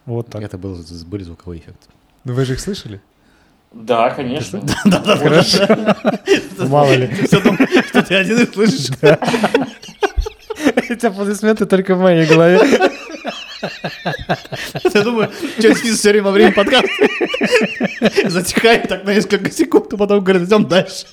Вот так. Это были звуковые эффекты. Ну вы же их слышали? Да, конечно. Да, Хорошо. Мало ли. Ты все думаешь, что ты один их слышишь? Эти аплодисменты только в моей голове. Я думаю, что снизу все время во время подкаста затихает так на несколько секунд, а потом говорит, идем дальше.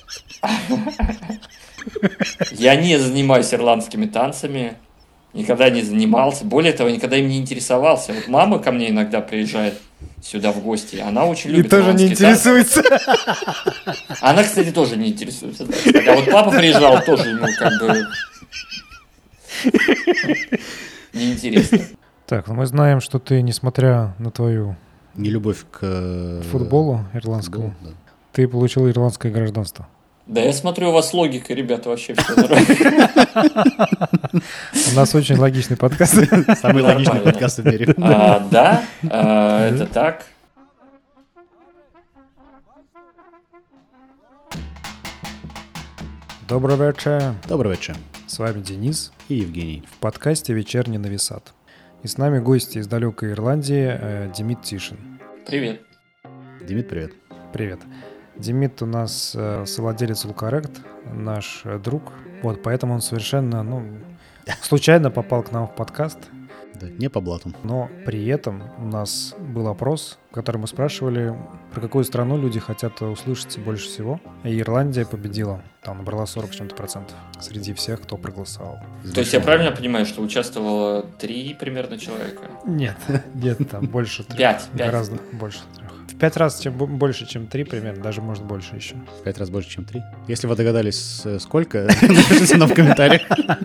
Я не занимаюсь ирландскими танцами, никогда не занимался. Более того, никогда им не интересовался. Вот мама ко мне иногда приезжает сюда в гости, она очень любит И тоже не интересуется. Она, кстати, тоже не интересуется. Да. А вот папа приезжал, тоже ему как бы неинтересно. Так, ну мы знаем, что ты, несмотря на твою Нелюбовь к футболу ирландскому, футболу, да. ты получил ирландское гражданство. Да я смотрю, у вас логика, ребята, вообще все нравится. У нас очень логичный подкаст. Самый логичный подкаст в мире. Да, это так. Добрый вечер. Добрый вечер. С вами Денис И Евгений. в подкасте «Вечерний нависат». И с нами гости из далекой Ирландии Демид Тишин. Привет. Демид, привет. Привет. Демид у нас совладелец Улкоррект, наш друг. Вот, поэтому он совершенно, случайно попал к нам в подкаст. Да, не по блату. Но при этом у нас был опрос, в котором мы спрашивали, про какую страну люди хотят услышать больше всего. И Ирландия победила. Там набрала 40 с чем-то процентов среди всех, кто проголосовал. То есть я правильно понимаю, что участвовало 3 примерно человека? Нет, там больше 3. 5. Гораздо больше 3. В 5 раз больше, чем 3 примерно, даже может больше еще. В 5 раз больше, чем 3. Если вы догадались, сколько, напишите нам в комментариях.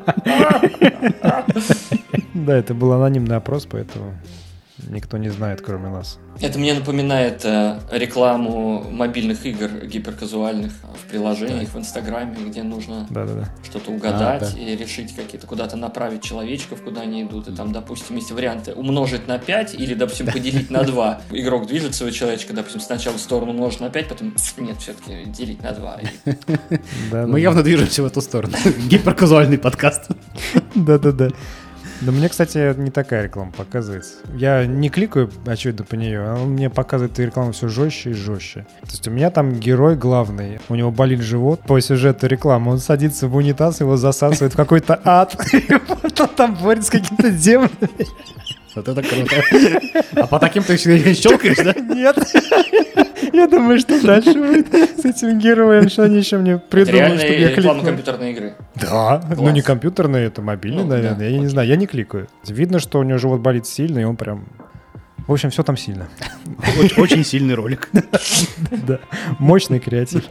Да, это был анонимный опрос, поэтому никто не знает, кроме нас. Это мне напоминает рекламу мобильных игр гиперказуальных в приложениях, в Инстаграме, где нужно что-то угадать и решить какие-то, куда-то направить человечков, куда они идут. И там, допустим, есть варианты умножить на 5 или, допустим, поделить на 2. Игрок движет своего человечка, допустим, сначала в сторону умножить на 5, потом нет, все-таки делить на 2. Мы явно движемся в эту сторону. Гиперказуальный подкаст. Да. Но мне, кстати, не такая реклама показывается. Я не кликаю, очевидно, по нее, а он мне показывает эту рекламу все жестче и жестче. То есть у меня там герой главный, у него болит живот по сюжету рекламы, он садится в унитаз, его засасывает в какой-то ад, и потом там борется с какими-то демонами. Вот это круто. А по таким ты еще щелкаешь, да? Нет. Я думаю, что дальше будет с этим героем, что они еще мне придумают, чтобы я кликнул. Реальная реклама компьютерной игры. Да, ну не компьютерная, это мобильный, наверное, я не знаю, я не кликаю. Видно, что у него живот болит сильно, и он прям... В общем, все там сильно. Очень сильный ролик. Да, мощный креатив.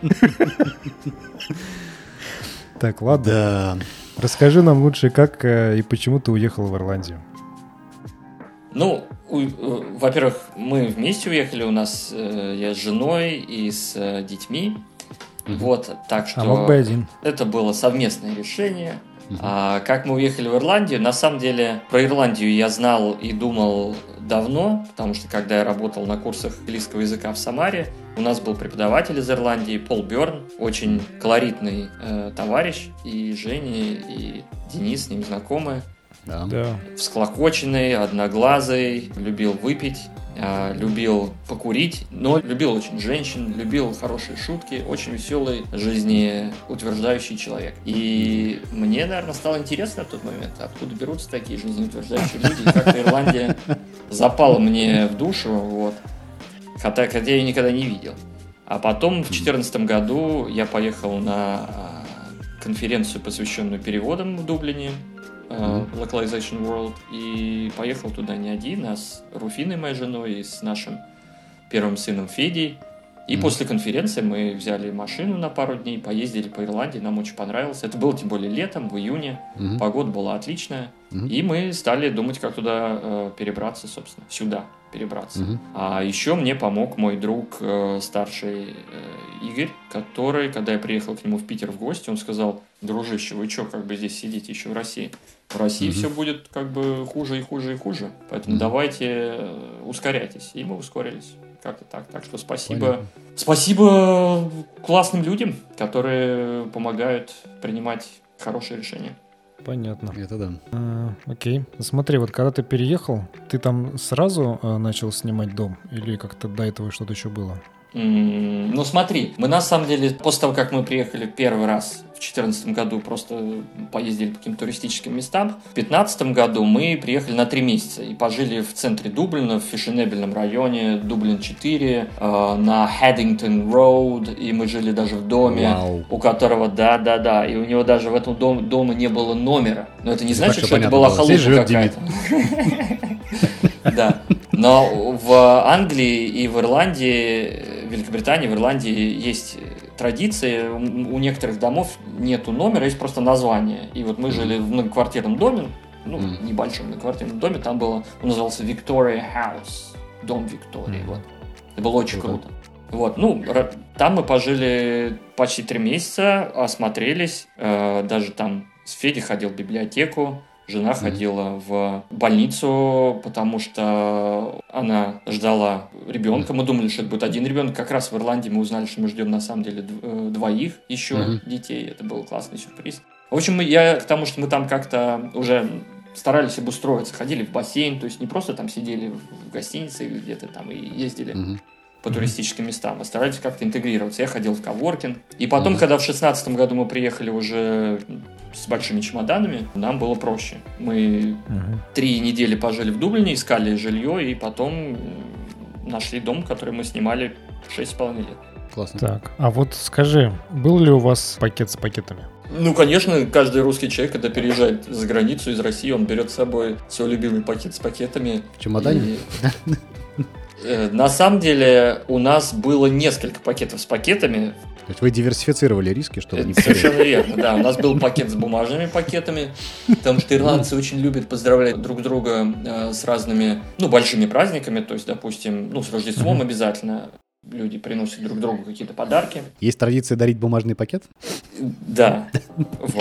Так, ладно. Да. Расскажи нам лучше, как и почему ты уехал в Ирландию. Ну, во-первых, мы вместе уехали, у нас я с женой и с детьми. Вот, так что мог бы один. Это было совместное решение. А как мы уехали в Ирландию, на самом деле про Ирландию я знал и думал давно, потому что когда я работал на курсах английского языка в Самаре, у нас был преподаватель из Ирландии, Пол Бёрн, очень колоритный товарищ, и Женя, и Денис с ним знакомы. Да. Всклокоченный, одноглазый, любил выпить, любил покурить, но любил очень женщин, любил хорошие шутки, очень веселый, жизнеутверждающий человек. И мне, наверное, стало интересно в тот момент, откуда берутся такие жизнеутверждающие люди, и как-то Ирландия запала мне в душу, вот. Хотя я ее никогда не видел. А потом в 2014 году я поехал на конференцию, посвященную переводам в Дублине, Localization World, и поехал туда не один, а с Руфиной, моей женой, и с нашим первым сыном Федей. И после конференции мы взяли машину на пару дней, поездили по Ирландии, нам очень понравилось. Это было тем более летом, в июне, погода была отличная. И мы стали думать, как туда перебраться, собственно, сюда перебраться. А еще мне помог мой друг, старший Игорь, который, когда я приехал к нему в Питер в гости, он сказал: дружище, вы что, как бы здесь сидите еще в России? В России все будет как бы хуже и хуже и хуже. Поэтому давайте ускоряйтесь. И мы ускорились. Как-то так. Так что спасибо. Понятно. Спасибо классным людям, которые помогают принимать хорошие решения. Понятно. Это да. Окей. Смотри, вот когда ты переехал, ты там сразу начал снимать дом? Или как-то до этого что-то еще было? Ну смотри, мы на самом деле, после того, как мы приехали первый раз в 2014 году, просто поездили по каким-то туристическим местам, в 2015 году мы приехали на 3 месяца и пожили в центре Дублина, в фешенебельном районе, Дублин 4, на Haddington Road, и мы жили даже в доме, у которого, да, и у него даже в этом доме не было номера. Но это не значит, что это была халупа какая-то. Да. Но в Англии и в Ирландии, в Великобритании, в Ирландии есть традиции. У некоторых домов нету номера, есть просто название. И вот мы жили в многоквартирном доме, небольшом многоквартирном доме, там было, он назывался Victoria House, дом Виктории. Вот. Это было очень круто. Вот, там мы пожили почти 3 месяца, осмотрелись, даже там с Федей ходил в библиотеку. Жена ходила в больницу, потому что она ждала ребенка. Мы думали, что это будет один ребенок. Как раз в Ирландии мы узнали, что мы ждем на самом деле 2 еще детей. Это был классный сюрприз. В общем, я к тому, что мы там как-то уже старались обустроиться. Ходили в бассейн, то есть не просто там сидели в гостинице или где-то там и ездили по туристическим местам, а старались как-то интегрироваться. Я ходил в коворкинг. И потом, когда в 2016 году мы приехали уже с большими чемоданами, нам было проще. Мы 3 недели пожили в Дублине, искали жилье, и потом нашли дом, который мы снимали 6,5 лет. Классно. Так, а вот скажи, был ли у вас пакет с пакетами? Ну, конечно, каждый русский человек, когда переезжает за границу из России, он берет с собой свой любимый пакет с пакетами. В чемодане? На самом деле у нас было несколько пакетов с пакетами. То есть вы диверсифицировали риски, чтобы не потерять? Совершенно верно, да. У нас был пакет с бумажными пакетами, потому что ирландцы очень любят поздравлять друг друга с разными, большими праздниками. То есть, допустим, с Рождеством обязательно люди приносят друг другу какие-то подарки. Есть традиция дарить бумажный пакет? Да. Вот.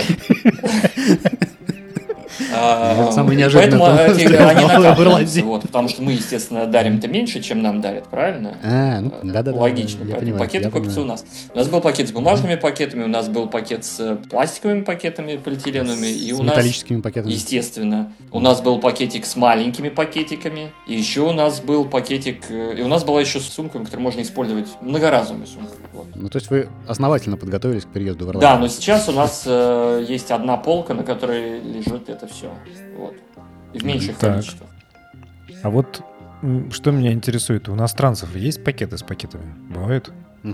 Самый неожиданный. Поэтому они накапливаются, потому что мы, естественно, дарим-то меньше, чем нам дарят, правильно? Логично, поэтому пакеты копятся у нас. У нас был пакет с бумажными пакетами, у нас был пакет с пластиковыми пакетами полиэтиленовыми. С металлическими пакетами. Естественно. У нас был пакетик с маленькими пакетиками, и еще у нас был пакетик, и у нас была еще сумка, которую можно использовать, многоразовую сумку. То есть вы основательно подготовились к переезду в Ирландию? Да, но сейчас у нас есть одна полка, на которой лежит это все. Вот. И в меньших количествах. А вот что меня интересует, у иностранцев есть пакеты с пакетами? Бывают?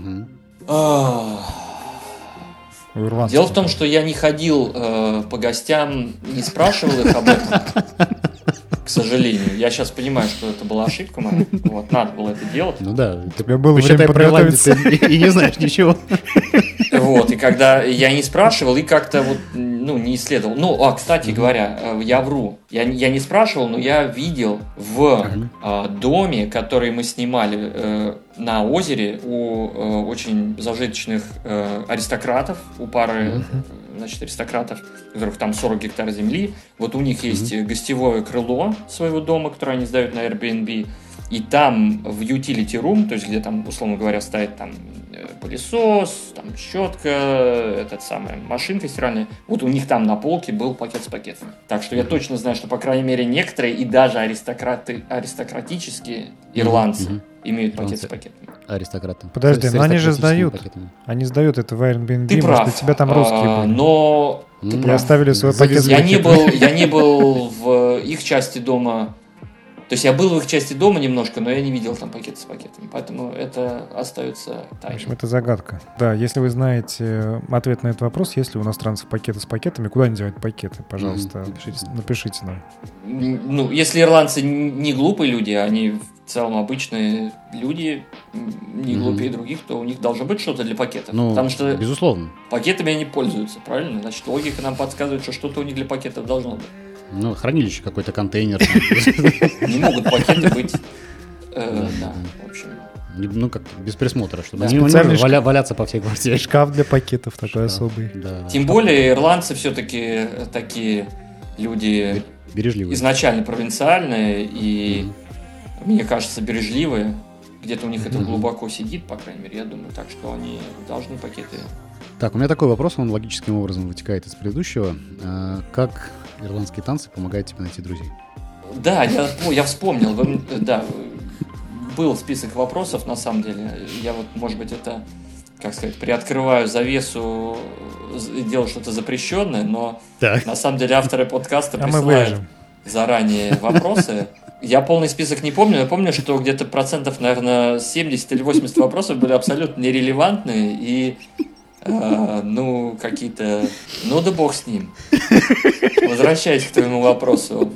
Дело в том, что я не ходил по гостям, не спрашивал их об этом. К сожалению. Я сейчас понимаю, что это была ошибка моя. Вот, надо было это делать. Ну да, у тебя было время подготовиться. И не знаешь ничего. Вот, и когда я не спрашивал, и как-то не исследовал. Кстати говоря, я вру. Я не спрашивал, но я видел в доме, который мы снимали на озере у очень зажиточных аристократов, у пары аристократов, у которых там 40 гектар земли. Вот у них есть гостевое крыло своего дома, которое они сдают на Airbnb. И там в utility room, то есть где там, условно говоря, стоит там пылесос, там щетка, машинка стиральная. Вот у них там на полке был пакет с пакетами. Так что я точно знаю, что, по крайней мере, некоторые и даже аристократические ирландцы имеют пакет с пакетами. Аристократы. Подожди, но они же сдают. Они сдают это в Airbnb. Ты прав. Может, у тебя там русские были. Но и оставили свой пакет с пакетами. Я не был в их части дома. То есть я был в их части дома немножко, но я не видел там пакеты с пакетами. Поэтому это остается тайной. В общем, это загадка. Да, если вы знаете ответ на этот вопрос, есть ли у иностранцев пакеты с пакетами, куда они девают пакеты, пожалуйста, напишите нам. Если ирландцы не глупые люди, они в целом обычные люди, не глупее других, то у них должно быть что-то для пакетов. Потому что безусловно. Пакетами они пользуются, правильно? Значит, логика нам подсказывает, что что-то у них для пакетов должно быть. Хранилище, какой-то контейнер. Не могут пакеты быть. Да, в общем. Как без присмотра, чтобы не валяться по всей квартире. Шкаф для пакетов такой особый. Тем более ирландцы все-таки такие люди бережливые, изначально провинциальные и, мне кажется, бережливые. Где-то у них это глубоко сидит, по крайней мере, я думаю, так что они должны пакеты Так, у меня такой вопрос, он логическим образом вытекает из предыдущего. Как ирландские танцы помогают тебе найти друзей? Да, я вспомнил. Да, был список вопросов, на самом деле. Я вот, может быть, это, как сказать, приоткрываю завесу и делаю что-то запрещенное, но на самом деле авторы подкаста присылают заранее вопросы. Я полный список не помню, но помню, что где-то процентов, наверное, 70 или 80 вопросов были абсолютно нерелевантные и какие-то... Ну да бог с ним. Возвращаясь к твоему вопросу.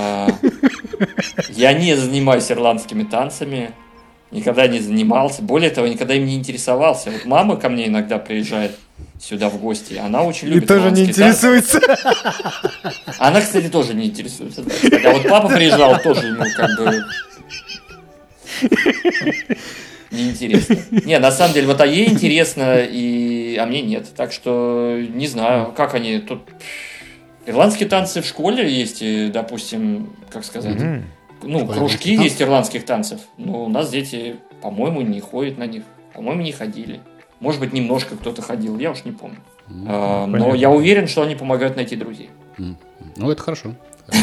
Я не занимаюсь ирландскими танцами. Никогда не занимался. Более того, никогда им не интересовался. Вот мама ко мне иногда приезжает сюда в гости. Она очень любит ирландские танцы. И тоже не интересуется. Она, кстати, тоже не интересуется. Да. А вот папа приезжал, тоже ему как бы... Неинтересно. Не, на самом деле, вот ей интересно, а мне нет. Так что не знаю, как они тут... Ирландские танцы в школе есть, допустим, как сказать... кружки есть ирландских танцев. Но у нас дети, по-моему, не ходят на них. По-моему, не ходили. Может быть, немножко кто-то ходил, я уж не помню. Но я уверен, что они помогают найти друзей. Ну, это хорошо.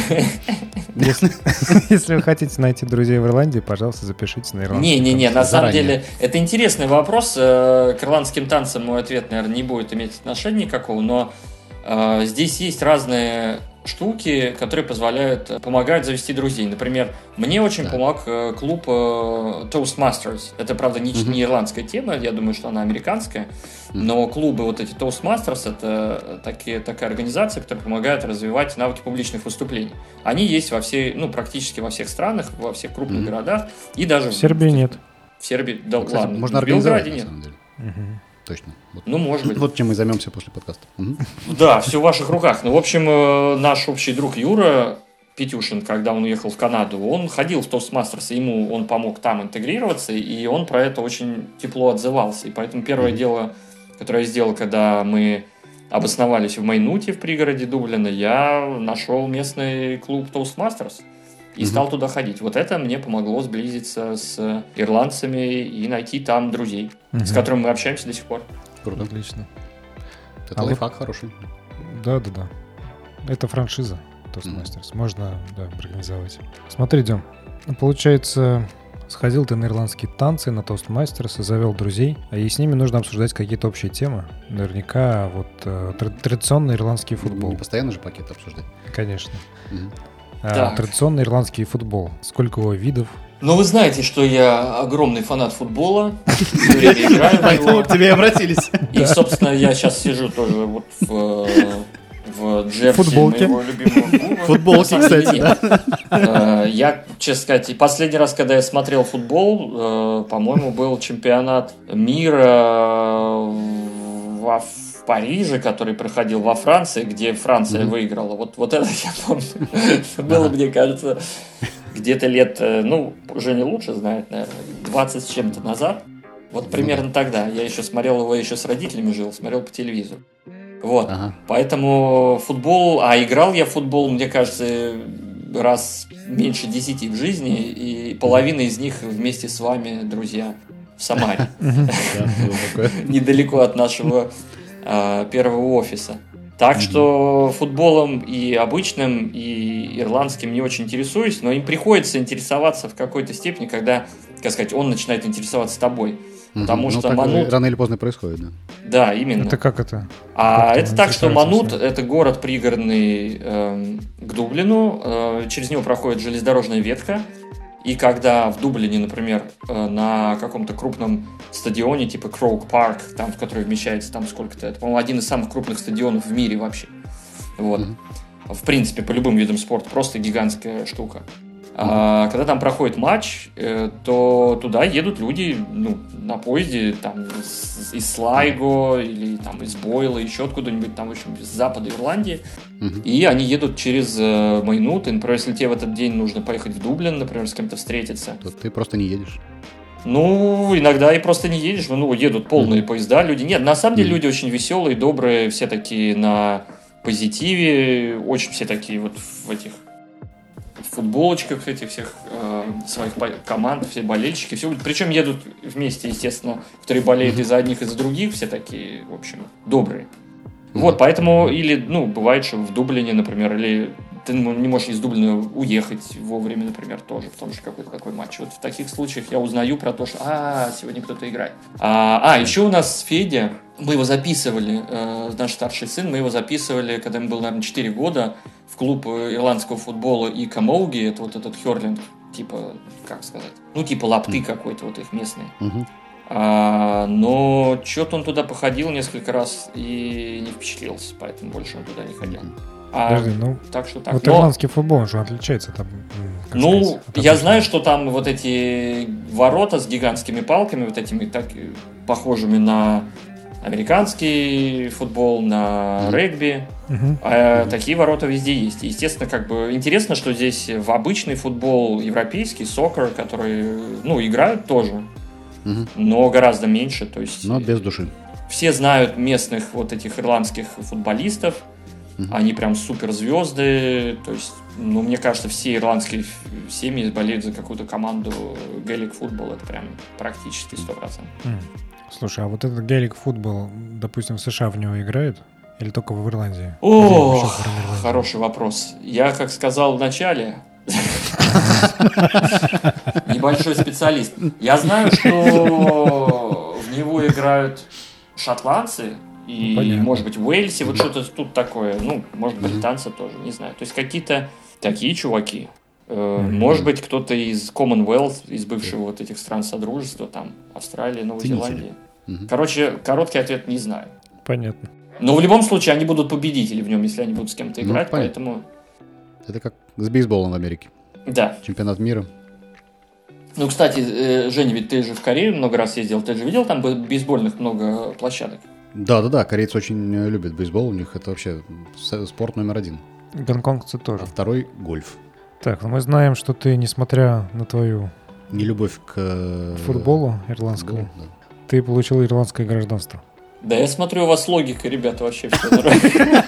Если вы хотите найти друзей в Ирландии, пожалуйста, запишитесь на ирландский. Не, на самом деле, это интересный вопрос. К ирландским танцам мой ответ, наверное, не будет иметь отношения никакого, но здесь есть разные штуки, которые помогают завести друзей. Например, мне очень помог клуб Toastmasters. Это, правда, не ирландская тема, я думаю, что она американская, но клубы вот эти Toastmasters — это такая организация, которая помогает развивать навыки публичных выступлений. Они есть практически во всех странах, во всех крупных городах и даже... В Сербии нет. В Сербии, да, кстати, ладно. Можно организовать, на самом деле. Точно. Может быть. Вот чем мы займемся после подкаста. Да, все в ваших руках. В общем, наш общий друг Юра Петюшин, когда он уехал в Канаду, он ходил в Toastmasters, и он помог там интегрироваться, и он про это очень тепло отзывался. И поэтому первое дело, которое я сделал, когда мы обосновались в Майнуте, в пригороде Дублина, я нашел местный клуб Toastmasters и стал туда ходить. Вот это мне помогло сблизиться с ирландцами и найти там друзей, с которыми мы общаемся до сих пор. Круто. Отлично. Это лайфхак хороший. Да. Это франшиза Toastmasters. Можно, организовать. Смотри, Дем, получается, сходил ты на ирландские танцы, на Toastmasters и завел друзей, и с ними нужно обсуждать какие-то общие темы. Наверняка традиционный ирландский футбол. Не постоянно же пакет обсуждать. Конечно. Традиционный ирландский футбол. Сколько его видов? Вы знаете, что я огромный фанат футбола. Все время играю в него. Поэтому к тебе и обратились. И, собственно, я сейчас сижу тоже вот в джерси моего любимого клуба. Футболки, кстати. Я, честно сказать, последний раз, когда я смотрел футбол, по-моему, был чемпионат мира в Париже, который проходил во Франции, где Франция выиграла. Вот это я помню. Было, мне кажется, где-то лет, уже не лучше знает, наверное, 20 с чем-то назад. Вот примерно тогда. Я еще смотрел его, еще с родителями жил, смотрел по телевизору. Вот. Поэтому футбол... играл я в футбол, мне кажется, раз меньше 10 в жизни, и половина из них вместе с вами, друзья, в Самаре. Недалеко от нашего первого офиса. Так что футболом и обычным, и ирландским не очень интересуюсь, но им приходится интересоваться в какой-то степени, когда, как сказать, он начинает интересоваться тобой. Потому что Манут... Рано или поздно происходит, да? Да, именно. Это как это? Это так, что Манут — это город пригородный к Дублину. Через него проходит железнодорожная ветка. И когда в Дублине, например, на каком-то крупном стадионе, типа Кроук Парк, там, в который вмещается там сколько-то, это, по-моему, один из самых крупных стадионов в мире вообще. Вот. В принципе, по любым видам спорта, просто гигантская штука. Когда там проходит матч, то туда едут люди на поезде там, из Слайго или там, из Бойла, еще откуда-нибудь, там, в общем, с запада Ирландии. И они едут через Майнут. И, например, если тебе в этот день нужно поехать в Дублин, например, с кем-то встретиться, то ты просто не едешь. Иногда и просто не едешь. Едут полные поезда, люди. Нет, на самом деле люди очень веселые, добрые, все такие на позитиве, очень все такие вот в футболочках этих всех своих команд, все болельщики, все. Причем едут вместе, естественно, которые болеют и за одних, и за других, все такие, в общем, добрые. Вот, поэтому, или, бывает, что в Дублине, например, или ты не можешь из Дублина уехать вовремя, например, тоже, в том же какой-то такой матч. Вот в таких случаях я узнаю про то, что сегодня кто-то играет. Еще у нас Федя, мы его записывали, наш старший сын, мы его записывали, когда ему было, наверное, 4 года, в клуб ирландского футбола и Камоуги, это вот этот хёрлинг, типа, как сказать, типа лапты какой-то, вот их местные. Но что-то он туда походил несколько раз и не впечатлился, поэтому больше он туда не ходил. Подожди, так что так. Вот ирландский футбол, он же отличается там. Я знаю, что там вот эти ворота с гигантскими палками, вот этими так похожими на американский футбол, на регби. Такие ворота везде есть. Естественно, интересно, что здесь в обычный футбол европейский, сокер, который, играют тоже, но гораздо меньше. То есть, но без души. Все знают местных вот этих ирландских футболистов. Они прям суперзвезды. То есть, мне кажется, все ирландские семьи болеют за какую-то команду Gaelic футбол. Это прям практически 100%. Слушай, а вот этот Gaelic футбол, допустим, в США в него играют? Или только в Ирландии? Хороший вопрос. Я, как сказал в начале, небольшой специалист. Я знаю, что в него играют шотландцы и, может быть, в Уэльсе, вот что-то тут такое. Может, британцы тоже, не знаю. То есть какие-то такие чуваки. Может быть, кто-то из Commonwealth, из бывшего вот этих стран Содружества, там, Австралии, Новой Зеландии. Короче, короткий ответ — не знаю. Понятно. Но в любом случае они будут победители в нем, если они будут с кем-то играть, поэтому... Это как с бейсболом в Америке. Да. Чемпионат мира. Кстати, Женя, ведь ты же в Корею много раз ездил, ты же видел там бейсбольных много площадок? Да, корейцы очень любят бейсбол, у них это вообще спорт номер 1. Гонконгцы тоже. А второй — гольф. Так, мы знаем, что ты, несмотря на твою нелюбовь к футболу ирландскому, ты получил ирландское гражданство. Да, я смотрю, у вас логика, ребята, вообще все здорово.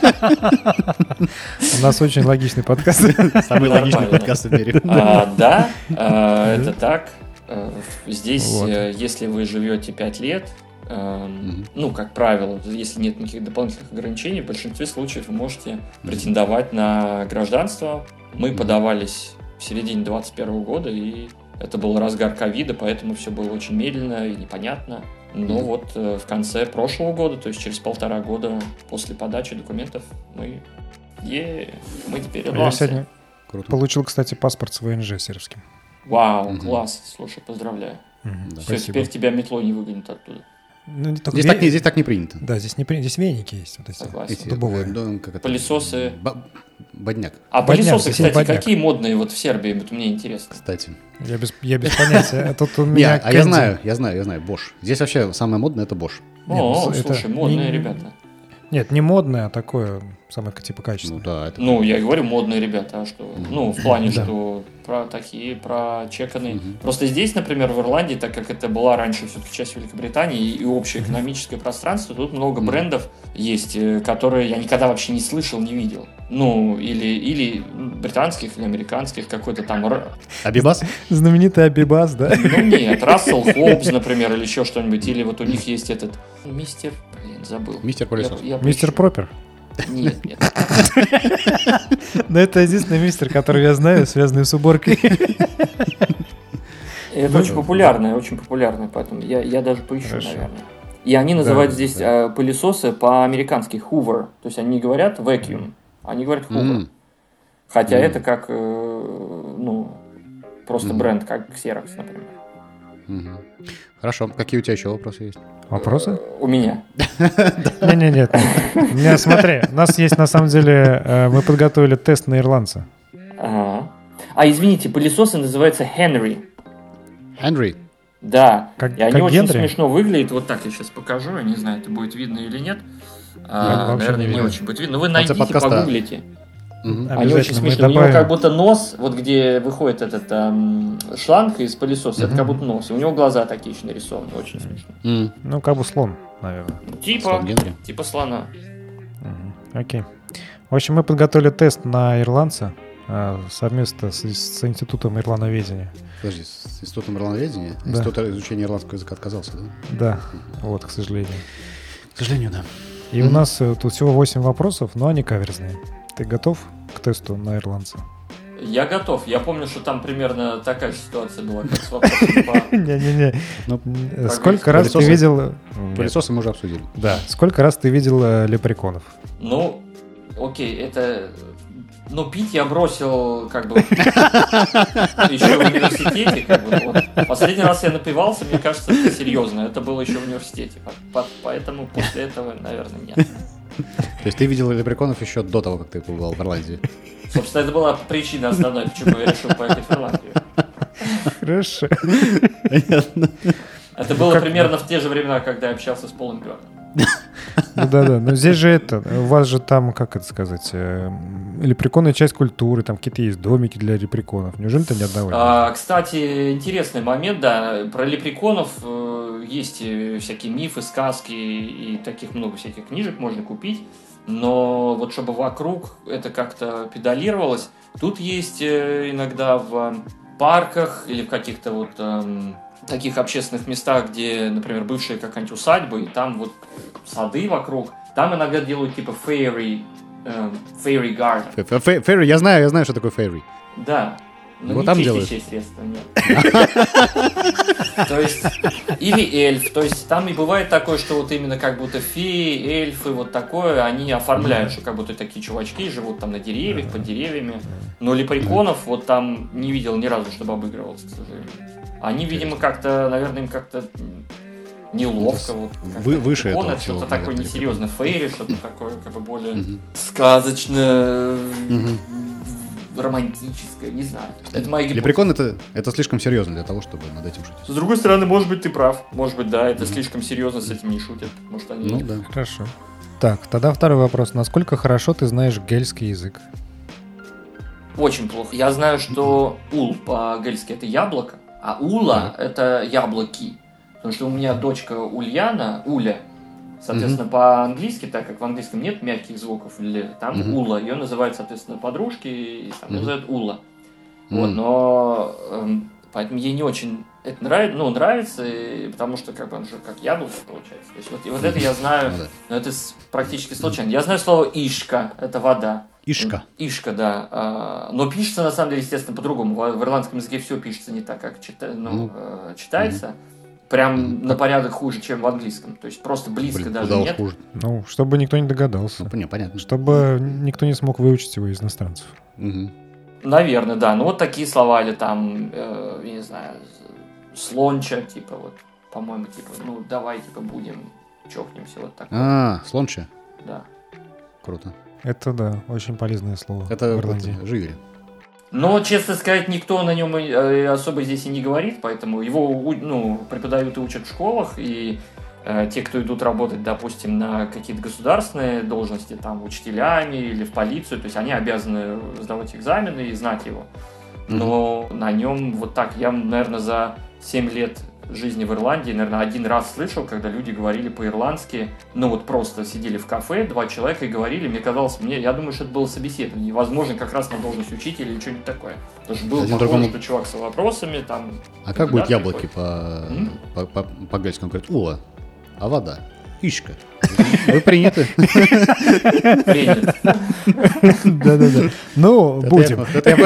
У нас очень логичный подкаст. Самый логичный подкаст в мире. Да, это так. Здесь, если вы живете 5 лет, как правило, если нет никаких дополнительных ограничений, в большинстве случаев вы можете претендовать на гражданство. Мы подавались в середине 2021 года, и это был разгар ковида, поэтому все было очень медленно и непонятно. Но вот в конце прошлого года, то есть через 1,5 года после подачи документов, мы теперь ирландцы. Я сегодня получил, кстати, паспорт с ВНЖ сербским. Вау, класс, слушай, поздравляю. Все, теперь тебя метлой не выгонят оттуда. Здесь так не принято. Да, здесь не принято. Здесь веники есть. Вот эти дубовые. Пылесосы. Бодняк. А пылесосы, кстати, какие модные вот в Сербии? Вот мне интересно. Кстати. Я без понятия. А тут у меня... Я знаю. Bosch. Здесь вообще самое модное — это Bosch. Слушай, модные ребята. Нет, не модное, а такое самое типа качественное. Я и говорю, модные ребята, а что? В плане, что про чеканные. Просто здесь, например, в Ирландии, так как это была раньше все-таки часть Великобритании и общее экономическое пространство, тут много брендов есть, которые я никогда вообще не слышал, не видел. Или британских, или американских, какой-то там... Абибас? Знаменитый Абибас, да? Нет, Рассел Хоббс, например, или еще что-нибудь. Или вот у них есть этот... Забыл. Мистер Пылесос. Мистер Пропер? Нет. Но это единственный мистер, который я знаю, связанный с уборкой. Это очень популярное, поэтому я даже поищу, наверное. И они называют здесь пылесосы по-американски Hoover. То есть они не говорят vacuum, они говорят Hoover. Хотя это как, просто бренд, как Xerox, например. Хорошо. Какие у тебя еще вопросы есть? Вопросы? У меня. Нет. У меня, смотри, у нас есть, на самом деле, мы подготовили тест на ирландца. Извините, пылесосы называются Henry. Henry? Да. И они очень Генри? смешно выглядят. Вот так я сейчас покажу. Я не знаю, это будет видно или нет. Наверное, не очень будет видно. Но вы найдите, погуглите. Они очень смешные. У него как будто нос, вот где выходит этот шланг из пылесоса, это как будто нос. И у него глаза такие еще нарисованы, очень смешно. Как бы слон, наверное. Типа слона. Окей. В общем, мы подготовили тест на ирландца. совместно с Институтом ирландоведения. Подожди, с Институтом ирландоведения? Да. Институт изучения ирландского языка отказался, да? Да, вот, к сожалению. К сожалению, да. И у нас тут всего 8 вопросов, но они каверзные. Ты готов к тесту на ирландца? Я готов. Я помню, что там примерно такая же ситуация была, как с вопросом по... Не-не-не. Ну, Сколько раз ты пылесосы? видел... Пылесосы мы уже обсудили. Да. Сколько раз ты видел лепреконов? Ну, окей, это... Ну, пить я бросил, как бы, еще в университете, как бы, вот. Последний раз я напивался, мне кажется, это серьезно, это было еще в университете, поэтому после этого, наверное, нет. То есть ты видел лепреконов еще до того, как ты побывал в Ирландии? Собственно, это была причина основной, почему я решил поехать в Ирландию. Хорошо. Понятно. Это было примерно в те же времена, когда я общался с Полом Бёрном. Ну да-да, но здесь же у вас же там, как это сказать, лепреконы — часть культуры, там какие-то есть домики для лепреконов. Неужели ты ни одного не видел? Кстати, интересный момент, да, про лепреконов есть всякие мифы, сказки и таких много всяких книжек можно купить, но вот чтобы вокруг это как-то педалировалось, тут есть иногда в парках или в каких-то вот таких общественных местах, где, например, бывшие какая-нибудь усадьба, и там вот сады вокруг, там иногда делают типа fairy garden. Фейри, я знаю, что такое фейри. Да. Но Вот не там чистящие делают. средства, нет. То есть, или эльф. То есть, там и бывает такое, что вот именно как будто феи, эльфы, вот такое, они оформляют, что как будто такие чувачки живут там на деревьях, под деревьями. Но лепреконов вот там не видел ни разу, чтобы обыгрывался, к сожалению. Они, видимо, как-то, наверное, им как-то неловко. Вот, выше этого это всего, что-то такое наверное, несерьезное. Фейри, что-то такое, как бы более сказочное, романтическое, не знаю. Это моя гипотеза. Лепрекон это слишком серьезно для того, чтобы над этим шутить. С другой стороны, может быть, ты прав. Может быть, да, это слишком серьезно, с этим не шутят. Может, они... Ну да. Хорошо. Так, тогда второй вопрос. Насколько хорошо ты знаешь гельский язык? Очень плохо. Я знаю, что ул по-гельски это яблоко, а ула это яблоки. Потому что у меня дочка Ульяна, Уля, соответственно, по-английски, так как в английском нет мягких звуков, там ула, ее называют, соответственно, подружки, и там называют ула. Вот, но поэтому ей не очень это нравится, потому что как бы он же как яблоко получается. То есть вот это я знаю, но это практически случайно. Я знаю слово ишка, это вода. Ишка. Ишка, да. Но пишется, на самом деле, естественно, по-другому. В ирландском языке все пишется не так, как читается. Прям на порядок хуже, чем в английском. То есть просто близко даже нет. Хуже. Ну, чтобы никто не догадался. Ну, понятно. Чтобы никто не смог выучить его из иностранцев. Наверное, да. Ну, вот такие слова, или там, я не знаю, слонча, типа, вот, по-моему, типа, ну, давай, типа, будем, чокнемся, вот такое. Слонча. Да. Круто. Это, да, очень полезное слово Это в Ирландии. живери. Но, честно сказать, никто на нем особо здесь и не говорит, поэтому его преподают и учат в школах, и те, кто идут работать, допустим, на какие-то государственные должности, там, учителями или в полицию, то есть они обязаны сдавать экзамены и знать его. Но на нем вот так, я, наверное, за 7 лет жизни в Ирландии, наверное, один раз слышал, когда люди говорили по-ирландски, ну вот просто сидели в кафе, 2 человека и говорили, мне казалось, я думаю, что это было собеседование, возможно, как раз на должность учителя или что-нибудь такое. Потому что был похож, что чувак с вопросами, там... А как будут яблоки по-гельски? Он говорит, ула, а вода? Ишка. Вы приняты. Принят. Да-да-да. Ну, будем.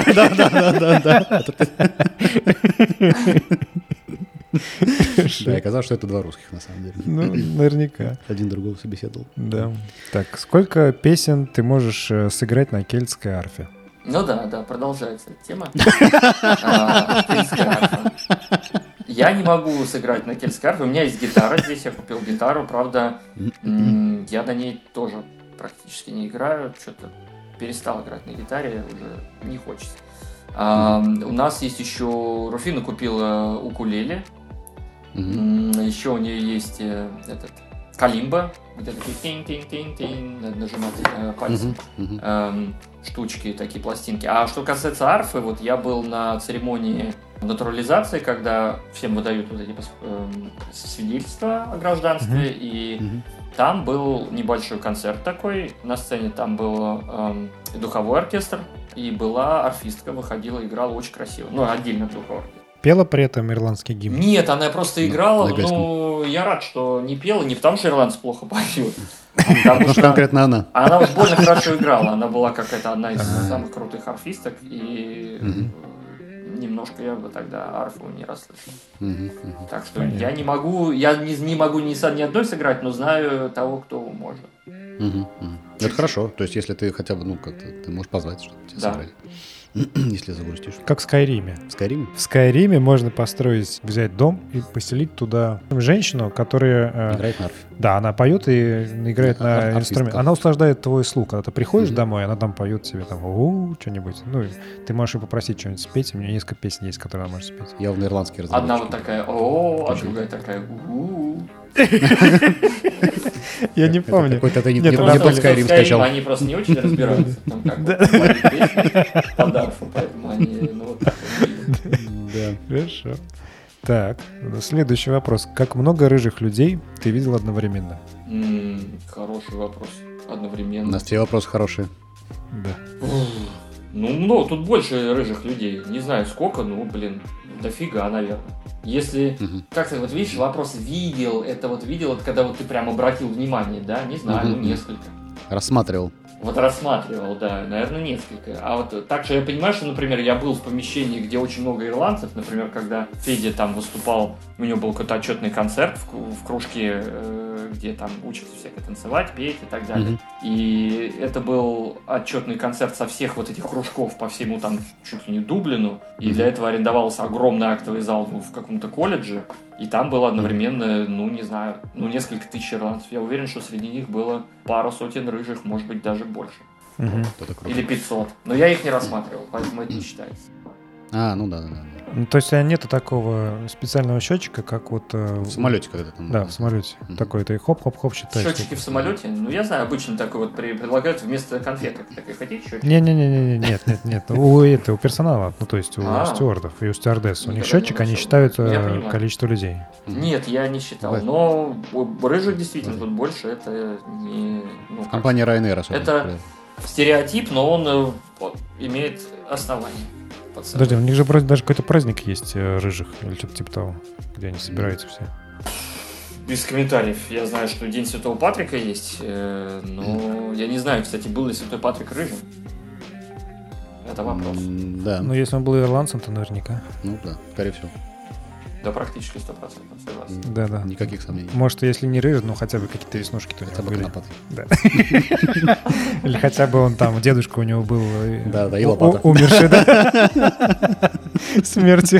Да, оказалось, что это 2 русских, на самом деле. Ну, наверняка. Один другого собеседовал. Да. Так, сколько песен ты можешь сыграть на кельтской арфе? Ну да, продолжается эта тема. Кельтская арфа. Я не могу сыграть на кельтской арфе. У меня есть гитара здесь, я купил гитару, правда, я на ней тоже практически не играю, что-то перестал играть на гитаре, уже не хочется. У нас есть еще, Руфина купила укулеле, еще у нее есть этот калимба, где такие тин-тин-тин-тин, надо нажимать пальцем, штучки, такие пластинки. А что касается арфы, вот я был на церемонии натурализации, когда всем выдают вот эти свидетельства о гражданстве, и там был небольшой концерт такой, на сцене там был духовой оркестр, и была арфистка, выходила, играла очень красиво. Ну, отдельно только орги. Пела при этом ирландский гимн? Нет, она просто играла, на гайском. ну, я рад, что не пела, не потому что ирландцы плохо поют, потому Ну, что конкретно она. она уж больно хорошо играла, она была какая-то одна из самых крутых арфисток, и немножко я бы тогда арфу не расслышал. Так что я не могу ни одной сыграть, но знаю того, кто может. Это хорошо. То есть, если ты хотя бы, ну, как-то, ты можешь позвать, чтобы тебя Да. сыграли. Если загрустишь. Как в Скайриме. В Skyrim? В Скайриме можно взять дом и поселить туда женщину, которая... Играет на арфе. Да, она поет и играет на Артистка. инструменте. Она услаждает твой слух. Когда ты приходишь домой, она там поет тебе там что-нибудь. Ну, и ты можешь ее попросить что-нибудь спеть. У меня несколько песен есть, которые она может спеть. Явно ирландский разработчик. Одна вот такая «о», а другая такая «у». Я не помню. Какой-то ты не Нет, тот она Просто Skyrim в скачал. Они просто не очень разбираются. Там как бы поют песни под арфу, поэтому они, ну, вот так вот. Да. Хорошо. Так, следующий вопрос. Как много рыжих людей ты видел одновременно? Хороший вопрос. У Одновременно. нас все вопросы хорошие. Да. Ну, тут больше рыжих людей. Не знаю сколько, ну, блин, дофига, наверное. Если, как ты вот видишь, вопрос видел, это когда вот ты прям обратил внимание, да? Не знаю, ну, несколько. Рассматривал. Вот рассматривал, да, наверное, несколько. А вот также я понимаю, что, например, я был в помещении, где очень много ирландцев, например, когда Федя там выступал, у него был какой-то отчетный концерт в кружке, где там учатся всякое танцевать, петь и так далее. И это был отчетный концерт со всех вот этих кружков по всему там чуть ли не Дублину, и для этого арендовался огромный актовый зал в каком-то колледже, и там было одновременно, ну, не знаю, ну, несколько тысяч ирландцев. Я уверен, что среди них было пару сотен рыжих, может быть, даже больше. Это круто. Или 500. Но я их не рассматривал, поэтому это не считается. Ну да. Ну, то есть нету такого специального счетчика, как вот... В самолете когда там. Да, в самолете. Такой, ты хоп-хоп-хоп считаешь. Счетчики в самолете? Ну, я знаю, обычно такой вот предлагают вместо конфеток. Так и хотите счетчик? Не-не-не, нет. У персонала, ну, то есть у стюардов и у стюардесс. У них Никогда счетчик, не они нашел. считают Я понимаю. количество людей. Нет, я не считал. Бывает. Но рыжих действительно тут больше. Это не... Ну, как- Компания Ryanair особенно. Это стереотип, но он имеет основание. под собой. Подожди, у них же вроде даже какой-то праздник есть рыжих или что-то типа того, где они собираются все. Без комментариев. Я знаю, что День Святого Патрика есть, но я не знаю, кстати, был ли Святой Патрик рыжим. Это вопрос. Да. Ну, если он был ирландцем, то наверняка. Ну да, скорее всего. Да, практически 100%, согласен. Да. Никаких сомнений. Может, если не рыжий, но хотя бы какие-то веснушки-то у Хотя него бы были. конопатый. Да. Или хотя бы он там, дедушка у него был Да, и лопата. умерший, да? Смертью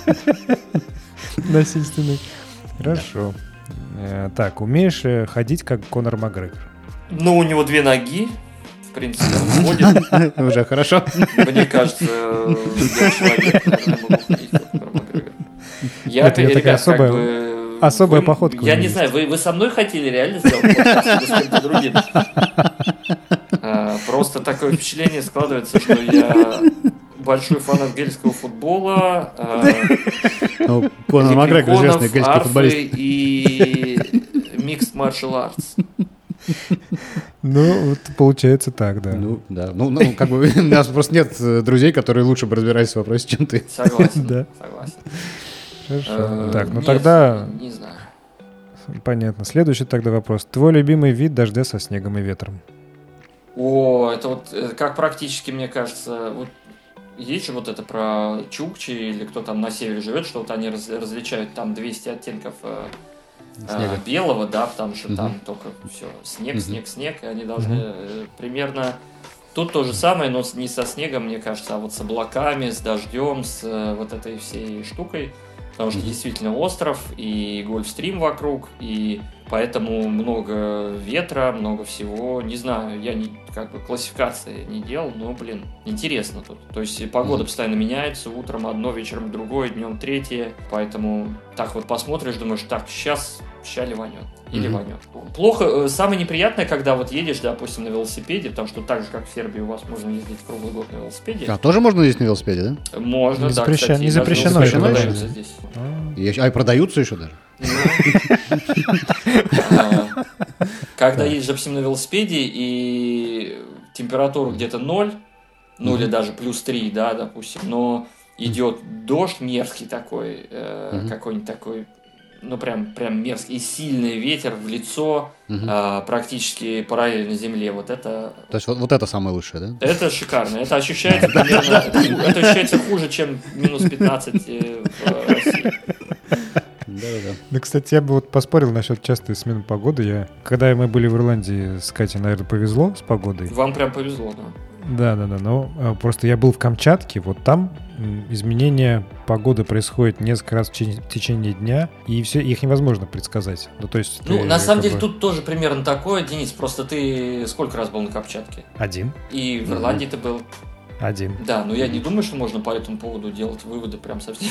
насильственной. Хорошо. Так, умеешь ходить, как Конор Макгрегор? Ну, у него 2 ноги. В принципе, он ходит. Уже хорошо. Мне кажется, я человек, наверное, могу ходить, как Конор Макгрегор. Я, Это такая ребят, как особая- бы... особая вы- походка у Я него не есть. знаю, вы со мной хотели реально сделать подкаст или с кем-то другим? Просто такое впечатление складывается, что я большой фанат гельского футбола, Ну, Конор Макгрегор, известный гельский арфы футболист. и mixed martial arts. Ну, вот получается так, да. Ну, да. Ну, как бы у нас просто нет друзей, которые лучше бы разбирались в вопросе, чем ты. Согласен, Да. согласен. Хорошо. Так, ну Нет, тогда не знаю. понятно. Следующий тогда вопрос. Твой любимый вид дождя со снегом и ветром? О, это вот как практически, мне кажется, вот есть же вот это про Чукчи или кто там на севере живет, что вот они различают там 200 оттенков Снега. белого, да, потому что там только все снег, и они должны примерно... Тут то же самое, но не со снегом, мне кажется, а вот с облаками, с дождем, с вот этой всей штукой, потому что действительно остров и Гольфстрим вокруг, и поэтому много ветра, много всего. Не знаю, я как бы классификации не делал, но, блин, интересно тут. То есть погода постоянно меняется, утром одно, вечером другое, днем третье, поэтому так вот посмотришь, думаешь, так, сейчас ливанет. Или вонет. Плохо, самое неприятное, когда вот едешь, допустим, на велосипеде, потому что так же, как в Сербии, у вас можно ездить круглый год на велосипеде. А, тоже можно ездить на велосипеде, да? Можно, Не да, запрещено- кстати, не даже запрещено велосипеды это продаются даже. здесь. И продаются еще даже? Когда едешь, допустим, на велосипеде и температура где-то 0, ну или даже +3, да, допустим, но идет дождь мерзкий такой, какой-нибудь такой, ну прям мерзкий, и сильный ветер в лицо, практически параллельно земле, вот это... То есть вот это самое лучшее, да? Это шикарно, это ощущается примерно, это ощущается хуже, чем -15 в России. Да-да-да. Да, кстати, я бы вот поспорил насчет частой смены погоды. Когда мы были в Ирландии с Катей, наверное, повезло с погодой. Вам прям повезло, да. Да, но просто я был в Камчатке, вот там изменение погоды происходит несколько раз в течение дня, и все, их невозможно предсказать. Ну, то есть Ну, на самом деле, тут тоже примерно такое, Денис, просто ты сколько раз был на Камчатке? Один. И в Ирландии ты был? Один. Да, но я не думаю, что можно по этому поводу делать выводы прям совсем.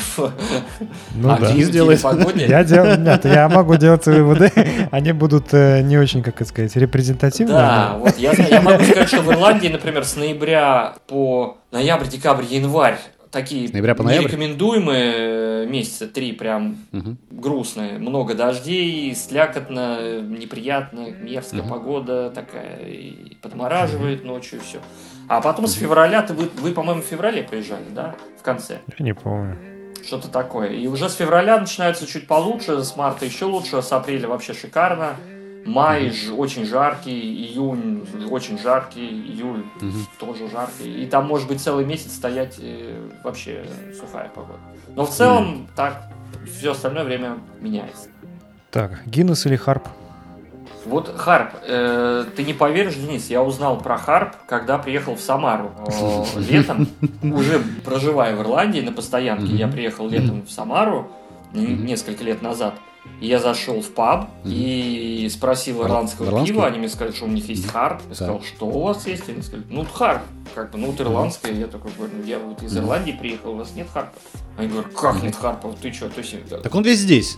Ну да. Денис делает погоде. Нет, я могу делать выводы, они будут не очень, как это сказать, репрезентативны. Да, вот я могу сказать, что в Ирландии, например, с ноября по ноябрь, декабрь, январь такие нерекомендуемые месяца, 3 прям грустные. Много дождей, слякотно, неприятно, мерзкая погода такая, и подмораживает ночью, и все. А потом с февраля, вы, по-моему, в феврале приезжали, да, в конце? Я не помню. Что-то такое. И уже с февраля начинается чуть получше, с марта еще лучше, с апреля вообще шикарно. Май очень жаркий, июнь очень жаркий, июль тоже жаркий. И там может быть целый месяц стоять вообще сухая погода. Но в целом так все остальное время меняется. Так, Гиннес или Харп? Вот Харп, ты не поверишь, Денис, я узнал про Харп, когда приехал в Самару летом, уже проживая в Ирландии на постоянке. Я приехал летом в Самару несколько лет назад. И я зашел в паб и спросил ирландского пива. Они мне сказали, что у них есть Харп. Я сказал, что у вас есть? Они сказали, ну, Харп. Как бы, ну, вот ирландское. Я такой говорю, ну, я вот из Ирландии приехал, у вас нет Харпа? Они говорят, как нет Харпа? Ты что? Так он весь здесь.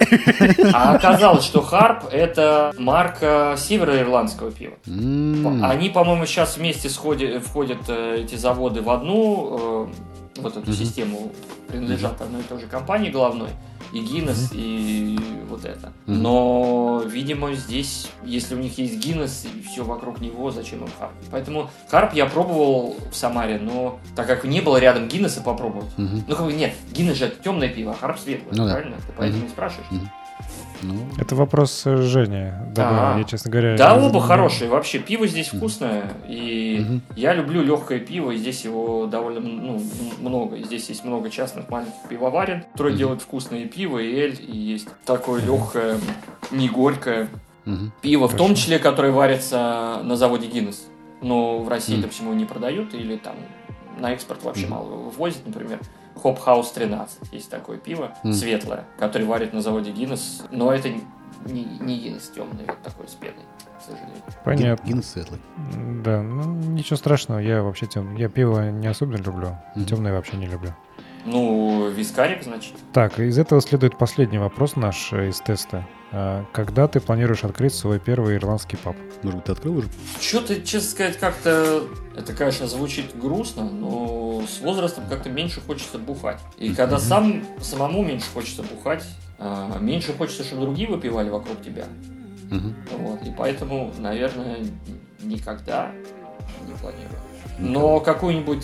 А оказалось, что Харп – это марка североирландского пива. Они, по-моему, сейчас вместе входят эти заводы в одну вот эту систему, принадлежат одной и той же компании головной. И Гиннес, и вот это. Но, видимо, здесь, если у них есть Гиннес и все вокруг него, зачем им Харп? Поэтому Харп я пробовал в Самаре, но так как не было рядом Гиннеса попробовать. Ну, как бы нет, Гиннес же это темное пиво, а Харп светлое, правильно? Ты поэтому не спрашиваешь? Это вопрос Жени. Я, честно говоря... Да, оба хорошие. Вообще, пиво здесь вкусное. И я люблю легкое пиво. И здесь его довольно много. И здесь есть много частных маленьких пивоварен, которые делают вкусное пиво, и эль. И есть такое легкое, не горькое пиво. В том числе, которое варится на заводе Гиннес. Но в России, допустим, его не продают. Или там на экспорт вообще мало вывозят, например. Hop House 13. Есть такое пиво светлое, которое варит на заводе Гиннес. Но это не Гиннес темный, вот такой с пеной, к сожалению. Понятно. Гиннес светлый. Да, ну ничего страшного. Я вообще я пиво не особенно люблю. Темное вообще не люблю. Ну, вискарик, значит. Так, из этого следует последний вопрос наш из теста. Когда ты планируешь открыть свой первый ирландский паб? Может быть, ты открыл уже? Что-то, честно сказать, как-то... Это, конечно, звучит грустно, но с возрастом как-то меньше хочется бухать. И когда самому меньше хочется бухать, меньше хочется, чтобы другие выпивали вокруг тебя. Вот. И поэтому, наверное, никогда не планирую. Но какую-нибудь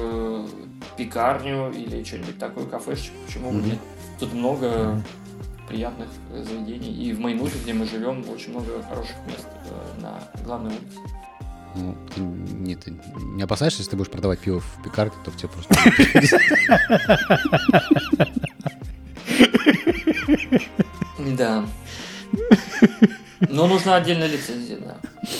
пекарню или что-нибудь такое, кафешечку, почему бы нет? Тут много приятных заведений. И в Мейнуте, где мы живем, очень много хороших мест на главной улице. Ну, ты не опасаешься, если ты будешь продавать пиво в пекарке, то в тебе просто... Да. Но нужна отдельная лицензия, да.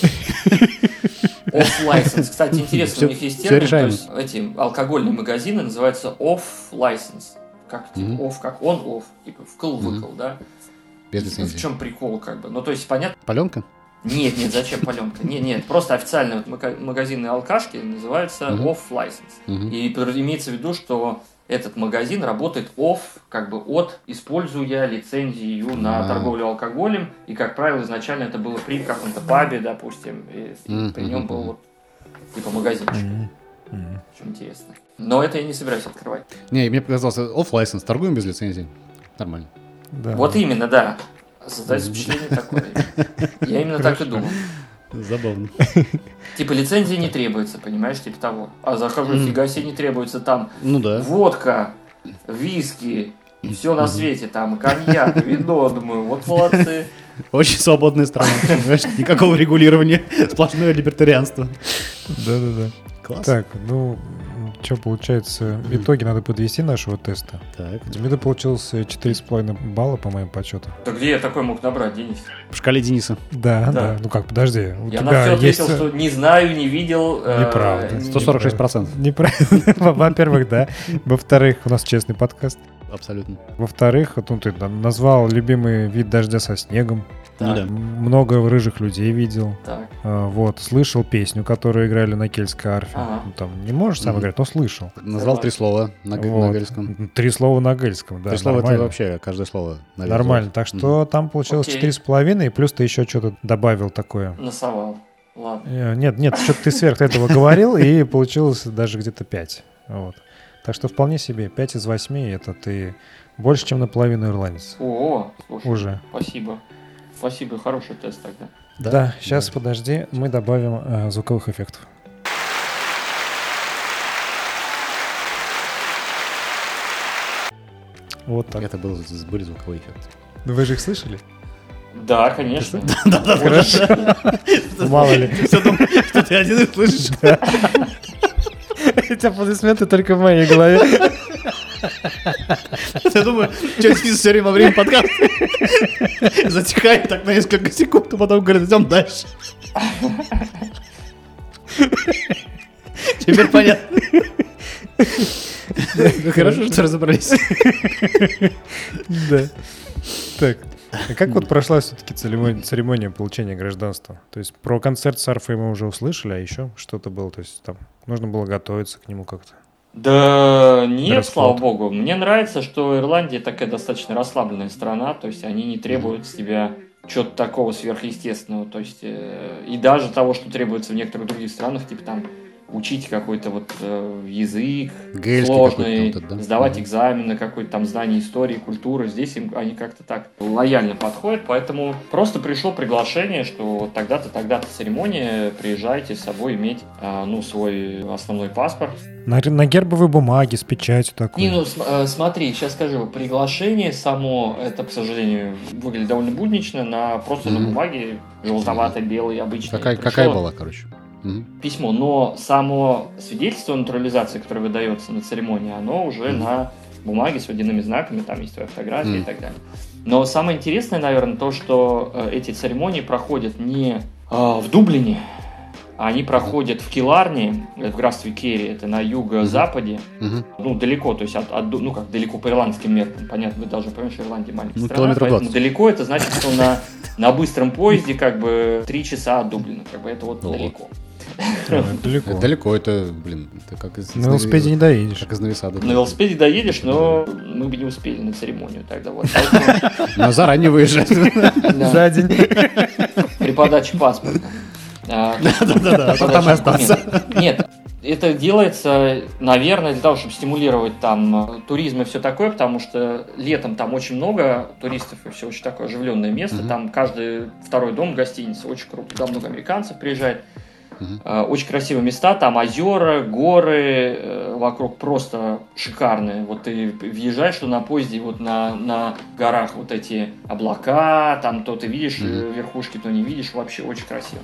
Off-license. Кстати, интересно, у них есть термин, то есть эти алкогольные магазины называются off-license. Как типа off, как on-off, типа вкл-выкл, да? Без лицензии. В чем прикол, как бы? Ну, то есть, понятно? Паленка? Нет, зачем паленка? Нет, просто официально магазины алкашки называются off-license. И имеется в виду, что этот магазин работает off, как бы от, используя лицензию на торговлю алкоголем. И, как правило, изначально это было при каком-то пабе, допустим, и при нем был вот типа магазинчик. Очень интересно. Но это я не собираюсь открывать. Не, мне показалось, off-license, торгуем без лицензии. Нормально. Да. Вот именно, да. Создается впечатление такое. Я именно так и думал. Забавно. Типа лицензии не требуется, понимаешь, типа того. А захожу, фига себе не требуется там Ну да. водка, виски, все на свете, там коньяк, вино, думаю, вот молодцы. Очень свободная страна, понимаешь? Никакого регулирования, сплошное либертарианство. Да-да-да. Класс. Так, ну, что получается, итоги надо подвести нашего теста. Так. У Демида получилось 4,5 балла, по моим подсчетам. Да где я такой мог набрать, Денис? В шкале Дениса. Да, Да. да. Ну как, подожди. У Я на тебя все есть... ответил, что не знаю, не видел. Неправда. 146%. Неправильно. Во-первых, да. Во-вторых, у нас честный подкаст. Абсолютно. Во-вторых, вот, ну, ты назвал любимый вид дождя со снегом. Ну да. Много рыжих людей видел. Так. Вот, слышал песню, которую играли на кельтской арфе. Ага. Ну, там не можешь сам играть, но слышал. Назвал 3 слова на Вот. гельском. 3 слова на гельском, да. 3 слова это нормально. вообще каждое слово. наверное, Нормально. Так что там получилось Окей. 4,5, и плюс ты еще что-то добавил такое. Насовал. Ладно. Нет, что-то ты сверх этого говорил, и получилось даже где-то 5. Вот. Так что вполне себе 5 из 8, это ты больше, чем наполовину ирландец. О, слушай, Уже. спасибо. Спасибо, хороший тест тогда. Да, сейчас подожди, мы добавим звуковых эффектов. Вот так. Это были звуковые эффекты. Ну вы же их слышали? Да, конечно. Да, Хорошо. Мало ли. Все думаешь, что ты один их слышишь? Эти аплодисменты только в моей голове. Я думаю, что Денис все время во время подкаста затихает так на несколько секунд, а потом говорит, идем дальше. Теперь понятно. Ну, хорошо, что разобрались. Да. Так. А как вот прошла все-таки церемония получения гражданства? То есть про концерт с арфой мы уже услышали, а еще что-то было? То есть там нужно было готовиться к нему как-то? Да нет, Дресс-код. слава богу. Мне нравится, что Ирландия такая достаточно расслабленная страна, то есть они не требуют с тебя чего-то такого сверхъестественного, то есть и даже того, что требуется в некоторых других странах, типа там учить какой-то вот язык Гельский сложный, какой-то вот этот, да? сдавать экзамены, какое-то там знание истории, культуры. Здесь им они как-то так лояльно подходят, поэтому просто пришло приглашение, что вот тогда-то, тогда-то церемония, приезжайте с собой иметь, ну, свой основной паспорт. На гербовой бумаге с печатью такой. Не, ну смотри, сейчас скажу, приглашение само, это, к сожалению, выглядит довольно буднично, просто на бумаге желтоватой, белой, обычной. Какая была, короче? Письмо, но само свидетельство о натурализации, которое выдается на церемонии, оно уже на бумаге с водяными знаками, там есть твоя фотография и так далее. Но самое интересное, наверное, то, что эти церемонии проходят не в Дублине, а они проходят в Киларне, в графстве Керри, это на юго-западе, ну, далеко, то есть ну, как далеко по ирландским меркам, понятно, вы должны понять, что Ирландия маленькая страна, километров поэтому 20. далеко, это значит, что на быстром поезде как бы 3 часа от Дублина, как бы это вот далеко. Далеко. Это далеко, это как из... На велосипеде не доедешь. Как из Новисада. На велосипеде доедешь, но мы бы не успели на церемонию тогда. Вот. Но заранее выезжать. За день. При подаче паспорта. Да-да-да, там и остаться. Нет, это делается, наверное, для того, чтобы стимулировать там туризм и все такое, потому что летом там очень много туристов и все очень такое оживленное место. Там каждый второй дом гостиницы очень круто. Туда много американцев приезжает. Очень красивые места, там озера, горы, вокруг просто шикарные. Вот ты въезжаешь на поезде, и вот на горах вот эти облака, там то ты видишь верхушки, то не видишь, вообще очень красиво.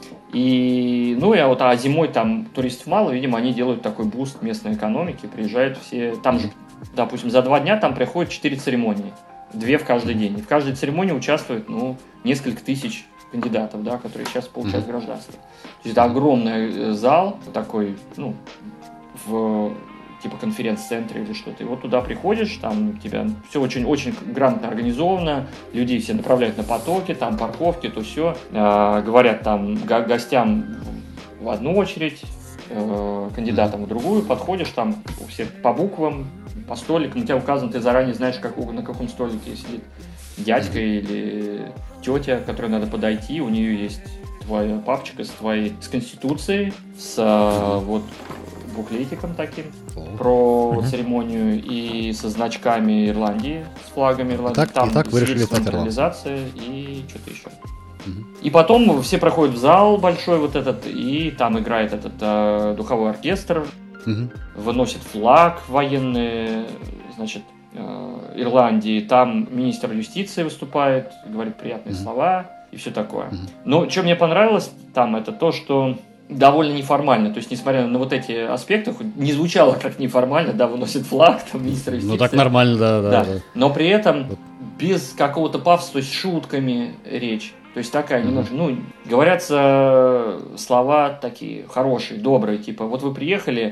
И, ну, а зимой там туристов мало, видимо, они делают такой буст местной экономики, приезжают все, там же, допустим, за 2 дня там приходят 4 церемонии, 2 в каждый день. И в каждой церемонии участвует, ну, несколько тысяч кандидатов, да, которые сейчас получают гражданство. То есть это огромный зал, такой, ну, в типа конференц-центре или что-то. И вот туда приходишь, там у тебя все очень-очень грамотно организовано, людей все направляют на потоки, там парковки, то все. Говорят там гостям в одну очередь, кандидатам в другую, подходишь, там все по буквам, по столикам, у тебя указано, ты заранее знаешь, на каком столике сидит дядька или тетя, которой надо подойти, у нее есть твоя папочка с конституцией, с вот буклетиком таким про церемонию и со значками Ирландии, с флагами Ирландии. И так вы решили стать централизация и что-то еще. И потом все проходят в зал большой вот этот, и там играет этот духовой оркестр, выносит флаг военный, значит, Ирландии. Там министр юстиции выступает, говорит приятные слова и все такое. Но что мне понравилось там, это то, что довольно неформально. То есть, несмотря на вот эти аспекты, хоть не звучало как неформально, да, выносит флаг, там, министр юстиции. Ну, так нормально, да. Но при этом без какого-то пафоса, то есть шутками речь. То есть такая немножко, говорятся слова такие хорошие, добрые, типа, вот вы приехали,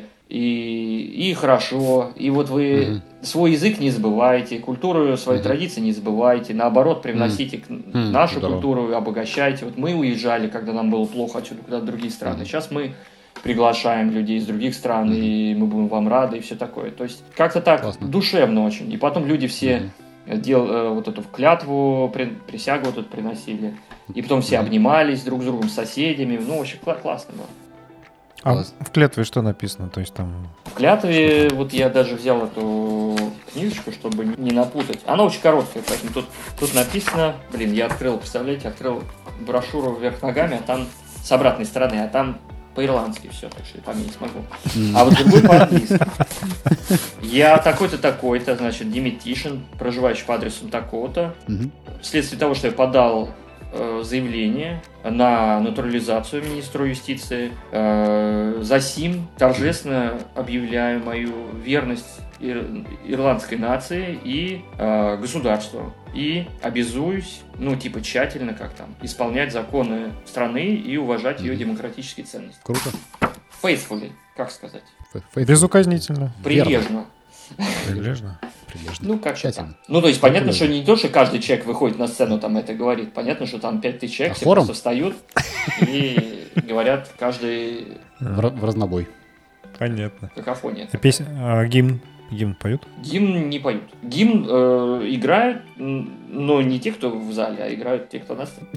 и хорошо, и вот вы свой язык не забывайте, культуру, свои традиции не забывайте, наоборот, привносите нашу культуру, обогащайте. Вот мы уезжали, когда нам было плохо отсюда, куда-то в другие страны. Сейчас мы приглашаем людей из других стран, и мы будем вам рады, и все такое. То есть как-то так душевно очень. И потом люди все вот эту клятву, присягу вот эту приносили. И потом все обнимались друг с другом, с соседями. Ну, вообще классно было. А в клятве что написано? То есть там... В клятве, вот я даже взял эту книжечку, чтобы не напутать. Она очень короткая, поэтому тут написано... Блин, я открыл брошюру вверх ногами, а там с обратной стороны, а там по-ирландски все, так что я там не смогу. А вот другой по-английски. Я такой-то, такой-то, значит, Димит Тишин, проживающий по адресу такого-то. Вследствие того, что я подал заявление на натурализацию министру юстиции, засим торжественно объявляю мою верность ирландской нации и государству. И обязуюсь, тщательно, как там, исполнять законы страны и уважать ее демократические ценности. Круто. Faithfully, как сказать? Безукоризненно. Прилежно. Прилежно. Прилежно. Как тщательно. То есть понятно, что не то, что каждый человек выходит на сцену, там это говорит. Понятно, что там 5000 человек, все просто встают и говорят каждый... В разнобой. Понятно. Какофония. Гимн поют? Гимн не поют. Гимн играют, но не те, кто в зале, а играют те, кто на сцене.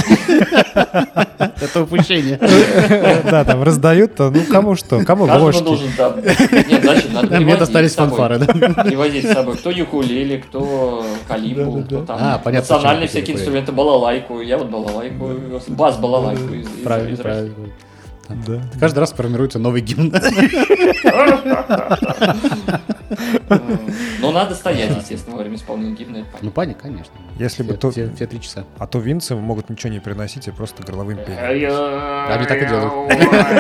Это упущение. Да, там раздают-то, кому что, кому ложки. Должен там... Нет, значит, надо мне достались фанфары, да? Привозить с собой. Кто юкулеле, кто калимбу, кто там национальные всякие инструменты, балалайку. Я вот балалайку, бас-балалайку из Правильно. Да. Каждый раз формируется новый гимн. Но надо стоять, естественно, во время исполнения гимна. Понятно, конечно. Если бы все 3 часа. А то винцы могут ничего не приносить и просто горловым петь. Они так и делают.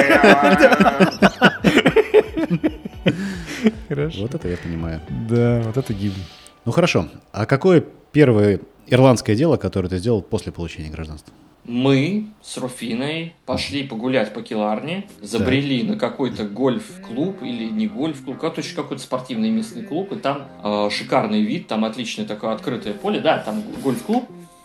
Хорошо. Вот это я понимаю. Да, вот это гимн. Ну хорошо. А какое первое ирландское дело, которое ты сделал после получения гражданства? Мы с Руфиной пошли погулять по Киларне, забрели на какой-то гольф-клуб или не гольф-клуб, какой-то спортивный местный клуб, и там шикарный вид, там отличное такое открытое поле, да, там гольф-клуб,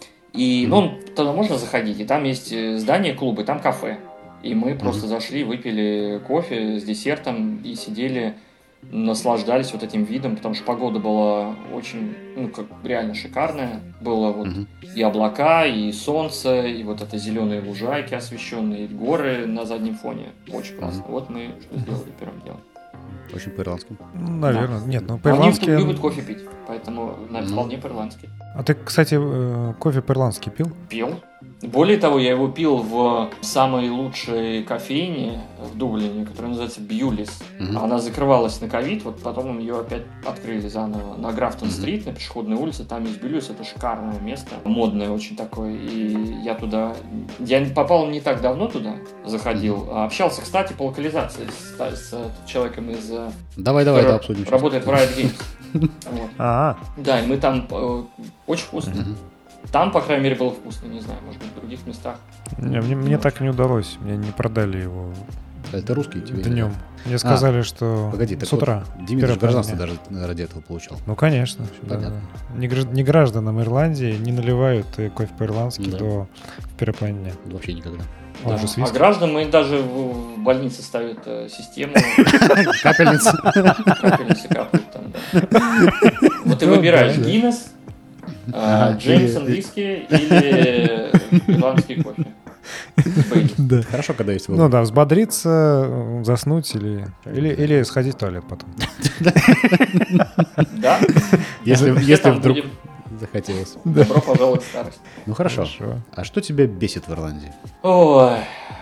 и туда можно заходить, и там есть здание клуба, и там кафе. И мы просто зашли, выпили кофе с десертом и сидели, наслаждались вот этим видом, потому что погода была очень, реально шикарная. Было вот и облака, и солнце, и вот это зеленые лужайки освещенные, и горы на заднем фоне. Очень классно. Вот мы что сделали первым делом. Очень по-ирландски. Наверное. Да. Нет, по-ирландски... Они любят кофе пить, поэтому вполне по-ирландски. А ты, кстати, кофе по-ирландски пил? Пил. Более того, я его пил в самой лучшей кофейне в Дублине, которая называется Бьюлис. Она закрывалась на ковид, вот потом ее опять открыли заново на Графтон-стрит, на пешеходной улице. Там есть Бьюлис, это шикарное место, модное очень такое. И я попал не так давно туда, заходил. Общался, кстати, по локализации с человеком из... Давай, обсудим. Работает в Riot Games. Да, и мы там очень вкусно. Там, по крайней мере, было вкусно, не знаю, может быть, в других местах. Мне так не удалось, мне не продали его. Это русский тебе? Днем. Мне сказали, что с утра. Димит же гражданство даже ради этого получал. Ну, конечно. Да. Не гражданам Ирландии не наливают кофе по-ирландски до первой половины дня. Вообще никогда. Да. А гражданам даже в больнице ставят систему. Капельницы. Капельницы капают там, да. Вот ты выбираешь Гиннес, Джеймсон виски или ирландский кофе. Да. Хорошо, когда есть выбор. Взбодриться, заснуть или сходить в туалет потом. Да. Если вдруг Захотелось. Добро пожаловать в старость. Ну хорошо. А что тебя бесит в Ирландии? Ой,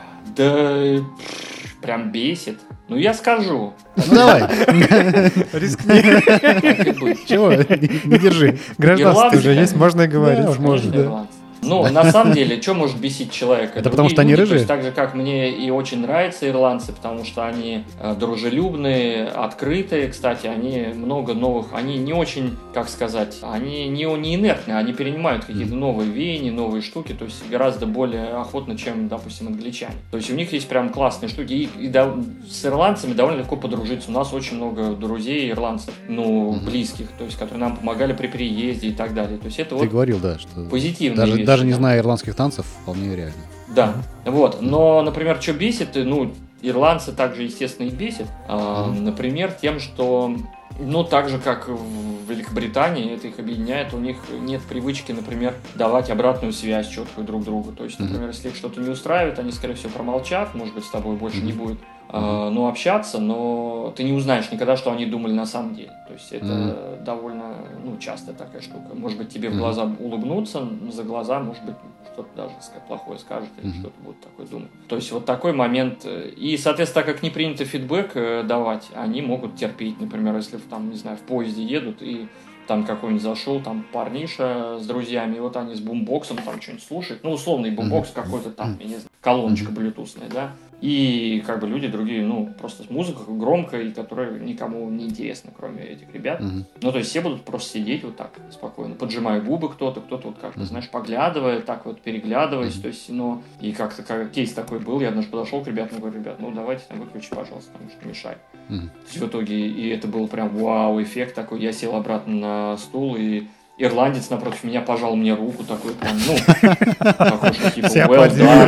да прям бесит. Ну, я скажу. Ну давай. Рискни. Так и быть. Чего? Не держи. Гражданство уже есть, можно и говорить. Да, можно, Конечно, ирландцы. Ну, на самом деле, что может бесить человека? Это потому, что они люди, то рыжие? есть, так же, как мне и очень нравятся ирландцы, потому что они дружелюбные, открытые, кстати, они много новых, они не очень, как сказать, они не инертные, они перенимают какие-то новые веяния, новые штуки, то есть гораздо более охотно, чем, допустим, англичане. То есть у них есть прям классные штуки, и с ирландцами довольно легко подружиться. У нас очень много друзей ирландцев, ну, близких, то есть, которые нам помогали при переезде и так далее. То есть это Ты говорил, да, что позитивные вещи. даже не зная ирландских танцев, вполне реально. Да, вот. Но, например, что бесит, ну, ирландцы также, естественно, и бесит. Например, тем, что, ну, так же, как в Великобритании, это их объединяет, у них нет привычки, например, давать обратную связь четкую друг другу. То есть, например, если их что-то не устраивает, они, скорее всего, промолчат, может быть, с тобой больше не будет. Ну, общаться, но ты не узнаешь никогда, что они думали на самом деле. То есть это довольно, ну, частая такая штука. Может быть, тебе в глаза улыбнуться, за глаза, может быть, что-то даже плохое скажет или что-то будет такое думать. То есть вот такой момент. И, соответственно, так как не принято фидбэк давать, они могут терпеть. Например, если там, не знаю, в поезде едут и там какой-нибудь зашел, там парниша с друзьями, и вот они с бумбоксом там что-нибудь слушают, ну, условный бумбокс какой-то там, я не знаю, колоночка блютусная, да, и как бы люди другие, ну, просто с музыкой громкой, которая никому не интересна, кроме этих ребят. Ну, то есть все будут просто сидеть вот так спокойно, поджимая губы кто-то вот как-то, знаешь, поглядывая, так вот переглядываясь, то есть, ну, и как-то кейс такой был, я однажды подошел к ребятам и говорю, ребят, ну, давайте там выключи, пожалуйста, потому что мешает. То есть в итоге, и это был прям вау-эффект такой, я сел обратно на стул, и ирландец напротив меня пожал мне руку, такой прям, ну, такой, что типа, well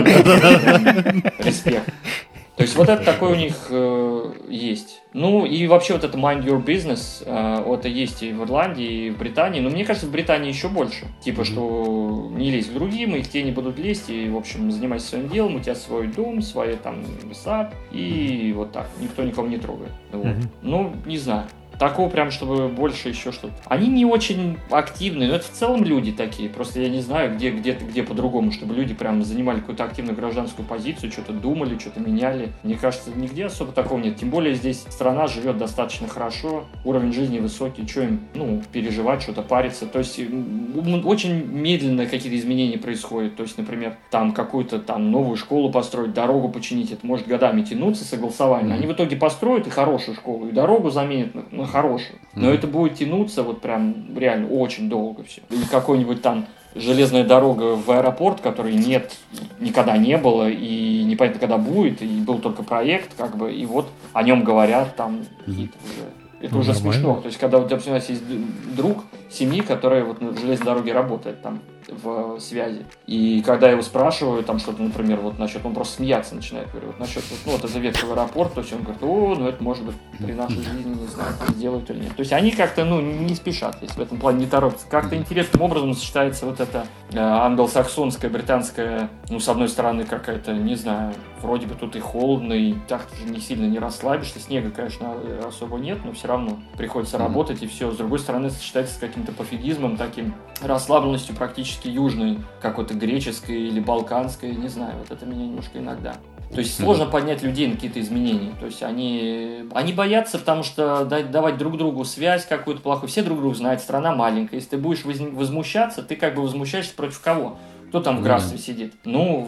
done, респект. То есть вот это такое у них есть. Ну и вообще вот это mind your business, это есть и в Ирландии, и в Британии. Но мне кажется, в Британии еще больше. Типа, что не лезь к другим, их те не будут лезть, и, в общем, занимайся своим делом, у тебя свой дом, свой там сад, и вот так. Никто никого не трогает. Вот. Ну, не знаю. Такого прям, чтобы больше еще что-то. Они не очень активные, но это в целом люди такие. Просто я не знаю, где по-другому, чтобы люди прям занимали какую-то активную гражданскую позицию, что-то думали, что-то меняли. Мне кажется, нигде особо такого нет. Тем более здесь страна живет достаточно хорошо, уровень жизни высокий, что им, ну, переживать, что-то париться. То есть очень медленно какие-то изменения происходят. То есть, например, там какую-то там новую школу построить, дорогу починить, это может годами тянуться, согласование. Они в итоге построят и хорошую школу, и дорогу заменят на хорошую. Но это будет тянуться вот прям реально очень долго все. Или какой-нибудь там железная дорога в аэропорт, который нет, никогда не было, и непонятно, когда будет, и был только проект, как бы, и вот о нем говорят там какие-то уже. Это уже смешно. То есть, когда у нас есть друг семьи, который вот на железной дороге работает там в связи. И когда я его спрашиваю, там что-то, например, вот насчет, он просто смеяться начинает, говорю, вот насчет, вот, ну, вот это ветка в аэропорт, то есть он говорит, ну это может быть при нашей жизни, не знаю, сделают или нет. То есть они как-то, ну, не спешат, если в этом плане не торопятся. Как-то интересным образом сочетается вот это англосаксонская, британская, ну, с одной стороны, какая-то, не знаю, вроде бы тут и холодно, и так же не сильно не расслабишься. Снега, конечно, особо нет, но все равно приходится работать, и все. С другой стороны, сочетается с каким-то пофигизмом, таким расслабленностью практически южной, какой-то греческой или балканской, не знаю, вот это меня немножко иногда. То есть сложно поднять людей на какие-то изменения. То есть они боятся, потому что давать друг другу связь какую-то плохую. Все друг друга знают, страна маленькая. Если ты будешь возмущаться, ты как бы возмущаешься против кого? Кто там в графстве сидит? Ну,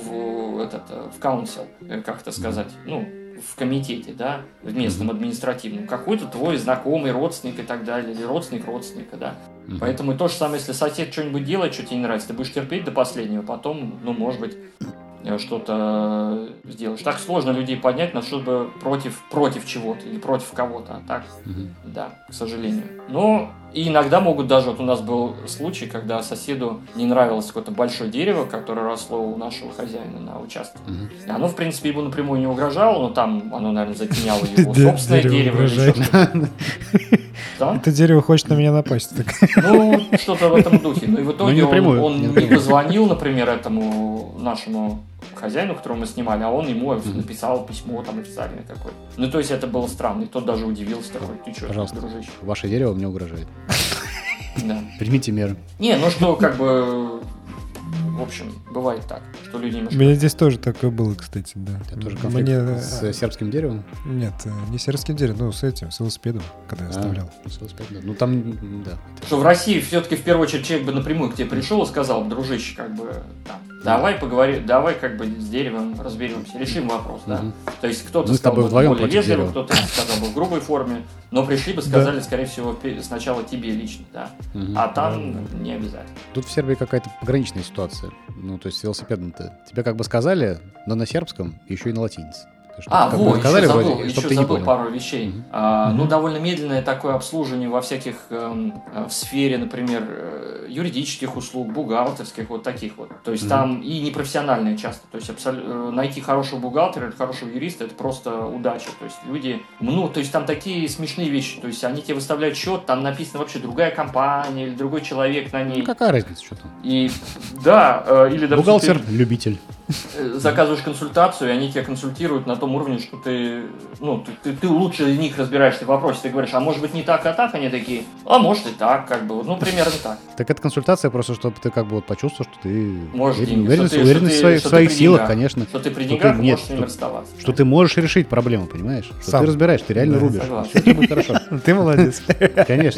в council, как это сказать, ну, в комитете, да, в местном административном, какой-то твой знакомый, родственник и так далее, или родственник родственника, да. Поэтому и то же самое, если сосед что-нибудь делает, что тебе не нравится, ты будешь терпеть до последнего, потом, ну, может быть, что-то сделаешь. Так сложно людей поднять, но чтобы против чего-то или против кого-то, а так, да, к сожалению. Но и иногда могут даже, вот у нас был случай, когда соседу не нравилось какое-то большое дерево, которое росло у нашего хозяина на участке. И оно, в принципе, ему напрямую не угрожало, но там оно, наверное, затеняло его собственное дерево. Это дерево хочет на меня напасть. Ну, что-то в этом духе. Ну и в итоге он не позвонил, например, этому нашему хозяину, которого мы снимали, а он ему написал письмо там официальное какое-то. Ну, то есть это было странно. И тот даже удивился такой, ты что, дружище? Ваше дерево мне угрожает. Да. Примите меры. Не, ну что, как бы, в общем, бывает так, что люди У немножко... меня здесь тоже такое было, кстати, да. Это тоже конфликт с сербским деревом? Нет, не сербским деревом, с велосипедом, когда я оставлял. С велосипедом, да. Ну там, да. Что в России все-таки в первую очередь человек бы напрямую к тебе пришел и сказал: дружище, как бы, там, давай поговорим, давай как бы с деревом разберемся, решим вопрос, да. То есть кто-то Мы с сказал тобой бы вдвоем более против вежливо, дерева. кто-то сказал бы в грубой форме, но пришли бы, сказали, скорее всего, сначала тебе лично, да. А там не обязательно. Тут в Сербии какая-то пограничная ситуация. Ну, то есть с велосипедом-то. Тебе как бы сказали, но на сербском, еще и на латинице. Еще забыл пару вещей. Ну, довольно медленное такое обслуживание во всяких в сфере, например, юридических услуг, бухгалтерских, вот таких вот. То есть там и непрофессиональные часто. То есть найти хорошего бухгалтера или хорошего юриста — это просто удача. То есть люди, то есть там такие смешные вещи. То есть они тебе выставляют счет, там написано вообще другая компания или другой человек на ней. Ну, какая разница, что там? И да, или допустим, бухгалтер-любитель. Заказываешь консультацию, и они тебя консультируют на том уровне, что ты лучше них разбираешься в вопросе. Ты говоришь: а может быть не так, а так? Они такие: а может и так, как бы, примерно так. Так это консультация просто, чтобы ты как бы вот почувствовал, что ты уверен в своих силах, конечно. Что ты при деньгах можешь с ними расставаться. Что ты можешь решить проблему, понимаешь? Что Сам. ты разбираешь, ты реально рубишь. Согласен. Все будет хорошо. Ты молодец. Конечно.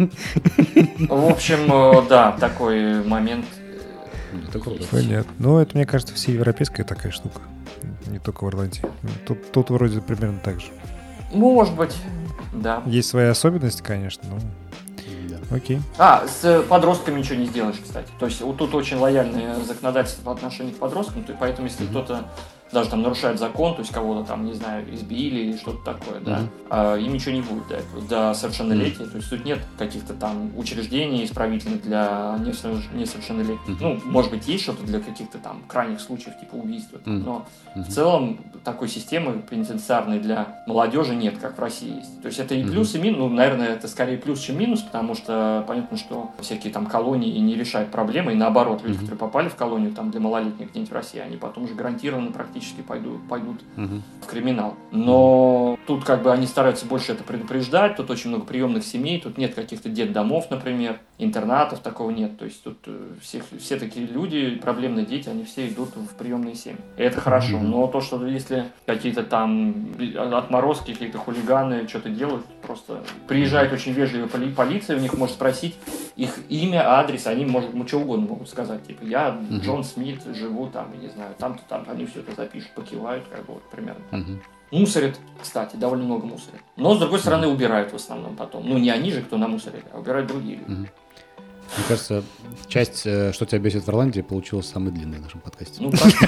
В общем, да, такой момент. Это круто. Понятно. Ну, это, мне кажется, всеевропейская такая штука. Не только в Ирландии. Тут вроде примерно так же. Может быть, да. Есть свои особенности, конечно, но... Да. Окей. С подростками ничего не сделаешь, кстати. То есть вот тут очень лояльное законодательство по отношению к подросткам, и поэтому если кто-то даже там нарушает закон, то есть кого-то там, не знаю, избили или что-то такое, да, им ничего не будет до совершеннолетия. То есть тут нет каких-то там учреждений исправительных для несовершеннолетних. Ну, может быть, есть что-то для каких-то там крайних случаев, типа убийства, но в целом такой системы пенитенциарной для молодежи нет, как в России есть. То есть это и плюс, и минус. Ну, наверное, это скорее плюс, чем минус, потому что понятно, что всякие там колонии не решают проблемы, и наоборот, люди, которые попали в колонию там для малолетних где-нибудь в России, они потом же гарантированно практически пойдут в криминал. Но тут как бы они стараются больше это предупреждать, тут очень много приемных семей, тут нет каких-то детдомов, например, интернатов, такого нет. То есть тут все такие люди, проблемные дети, они все идут в приемные семьи. И это хорошо. Но то, что если какие-то там отморозки, какие-то хулиганы что-то делают, просто приезжает очень вежливая полиция, у них может спросить их имя, адрес, они что угодно могут сказать. Типа: я Джон Смит, живу там, я не знаю, там-то, там. Они все это запишут, покивают, как бы вот примерно. Мусорят, кстати, довольно много мусорят. Но, с другой стороны, убирают в основном потом. Ну, не они же, кто намусорили, а убирают другие люди. Мне кажется, часть, что тебя бесит в Ирландии, получилась самой длинной в нашем подкасте. Ну,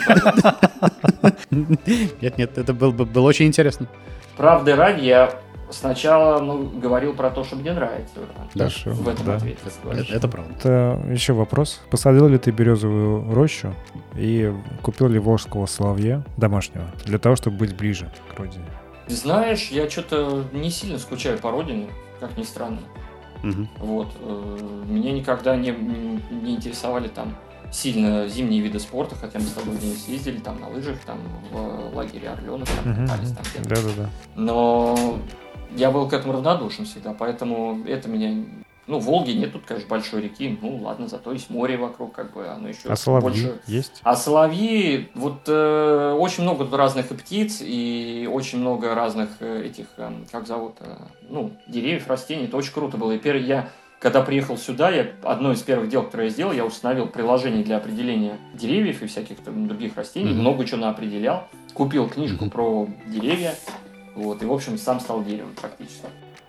правда. Нет, это было очень интересно. Правды ради, я сначала говорил про то, что мне нравится Хорошо. в этом ответе. Это правда. Это еще вопрос. Посадил ли ты березовую рощу и купил ли волжского соловья домашнего для того, чтобы быть ближе к родине? Знаешь, я что-то не сильно скучаю по родине, как ни странно. Вот. Меня никогда не интересовали там сильно зимние виды спорта, хотя мы с тобой где-нибудь съездили там на лыжах, там в лагере Орленок, там катались там где-то. Да. Но я был к этому равнодушен всегда, поэтому это меня... Ну, Волги нет, тут, конечно, большой реки, ну, ладно, зато есть море вокруг, как бы, оно еще А соловьи больше... есть? А соловьи, вот очень много тут разных и птиц, и очень много разных этих, как зовут, деревьев, растений, это очень круто было. И я, когда приехал сюда, одно из первых дел, которое я сделал, я установил приложение для определения деревьев и всяких там других растений, много чего наопределял, купил книжку про деревья, вот, и, в общем, сам стал деревом практически.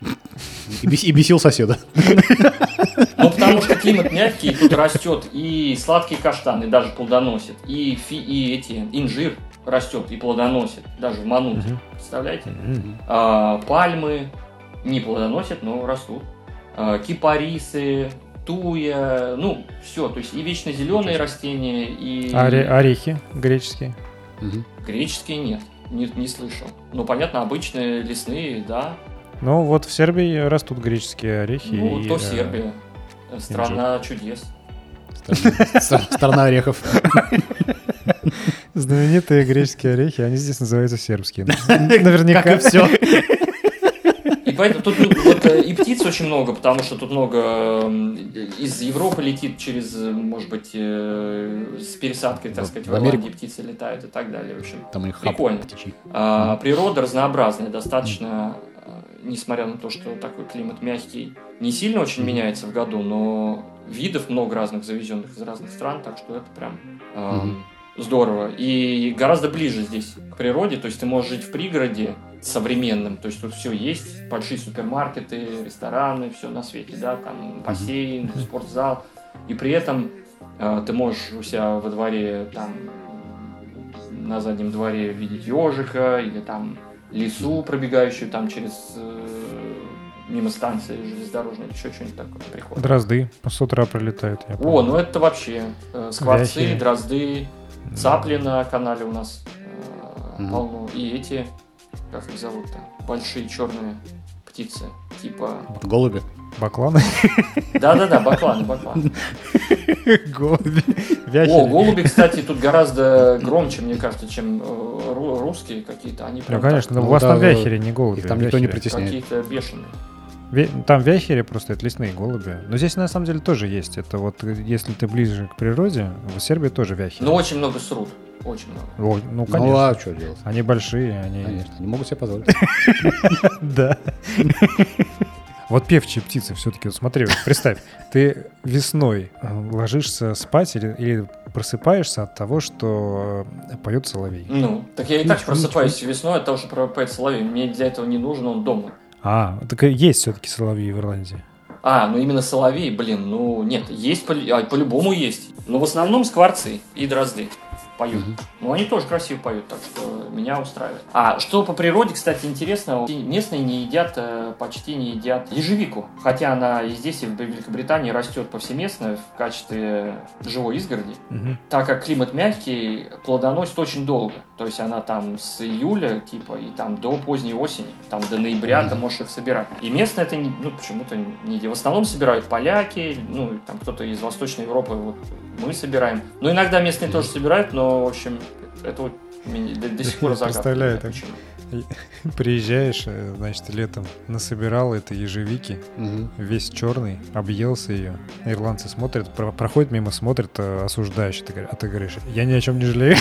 И бесил соседа. Ну, потому что климат мягкий, тут растет и сладкий каштан, и даже плодоносит, и инжир растет и плодоносит, даже в Мануте. Представляете? Пальмы не плодоносят, но растут. Кипарисы, туя, все. То есть и вечно зеленые растения, и... Орехи греческие? Греческие нет, не слышал. Ну, понятно, обычные лесные, да. Ну, вот в Сербии растут греческие орехи. Ну, то Сербия. Страна чудес. Страна орехов. Знаменитые греческие орехи, они здесь называются сербские. Наверняка. Как и все. И поэтому тут вот и птиц очень много, потому что тут много из Европы летит через, может быть, с пересадкой, так сказать, в Ирландии птицы летают и так далее. В общем, там у них прикольно. Природа разнообразная, достаточно, несмотря на то, что такой климат мягкий, не сильно очень меняется в году, но видов много разных, завезенных из разных стран, так что это прям здорово. И гораздо ближе здесь к природе, то есть ты можешь жить в пригороде современном, то есть тут все есть, большие супермаркеты, рестораны, все на свете, да, там бассейн, спортзал, и при этом ты можешь у себя во дворе, там, на заднем дворе видеть ежика или там лису, пробегающую там через мимо станции железнодорожной, еще что-нибудь такое приходит. Дрозды с утра пролетают. О, ну это вообще скворцы, дрозды, цапли на канале у нас полно, и эти, как их зовут-то, большие черные птицы, типа... Голуби? Бакланы? Да-да-да, бакланы. Голуби. О, голуби, кстати, тут гораздо громче, мне кажется, чем русские какие-то. Они прям, ну, конечно, у вас там вяхери, не голуби. Их там никто не притесняет. Какие-то бешеные. Там вяхери просто, это лесные голуби. Но здесь на самом деле тоже есть. Это вот, если ты ближе к природе, в Сербии тоже вяхери. Но очень много срут. Очень много. Ну, конечно. Ну, а что делать? Они большие, они... Конечно, они могут себе позволить. Да. Вот певчие птицы все-таки, вот смотри, представь, ты весной ложишься спать или просыпаешься от того, что поет соловей. Ну, так я и так просыпаюсь весной от того, что поет соловей. Мне для этого не нужен, он дома. Так есть все-таки соловьи в Ирландии. Ну именно соловей, блин, ну нет, есть, по-любому есть. Но в основном скворцы и дрозды поют. Ну, они тоже красиво поют, так что меня устраивает. Что по природе, кстати, интересно, местные не едят, почти не едят ежевику. Хотя она и здесь, и в Великобритании растет повсеместно в качестве живой изгороди. Так как климат мягкий, плодоносит очень долго. То есть она там с июля, типа, и там до поздней осени, там до ноября ты можешь их собирать. И местные это почему-то не делают. В основном собирают поляки, там кто-то из Восточной Европы, вот мы собираем. Но иногда местные тоже собирают, но, в общем, это вот до сих пор загадка. Представляю, так приезжаешь, значит, летом насобирал этой ежевики, весь черный, объелся ее. Ирландцы смотрят, проходят мимо, смотрят осуждающе. А ты говоришь, я ни о чем не жалею.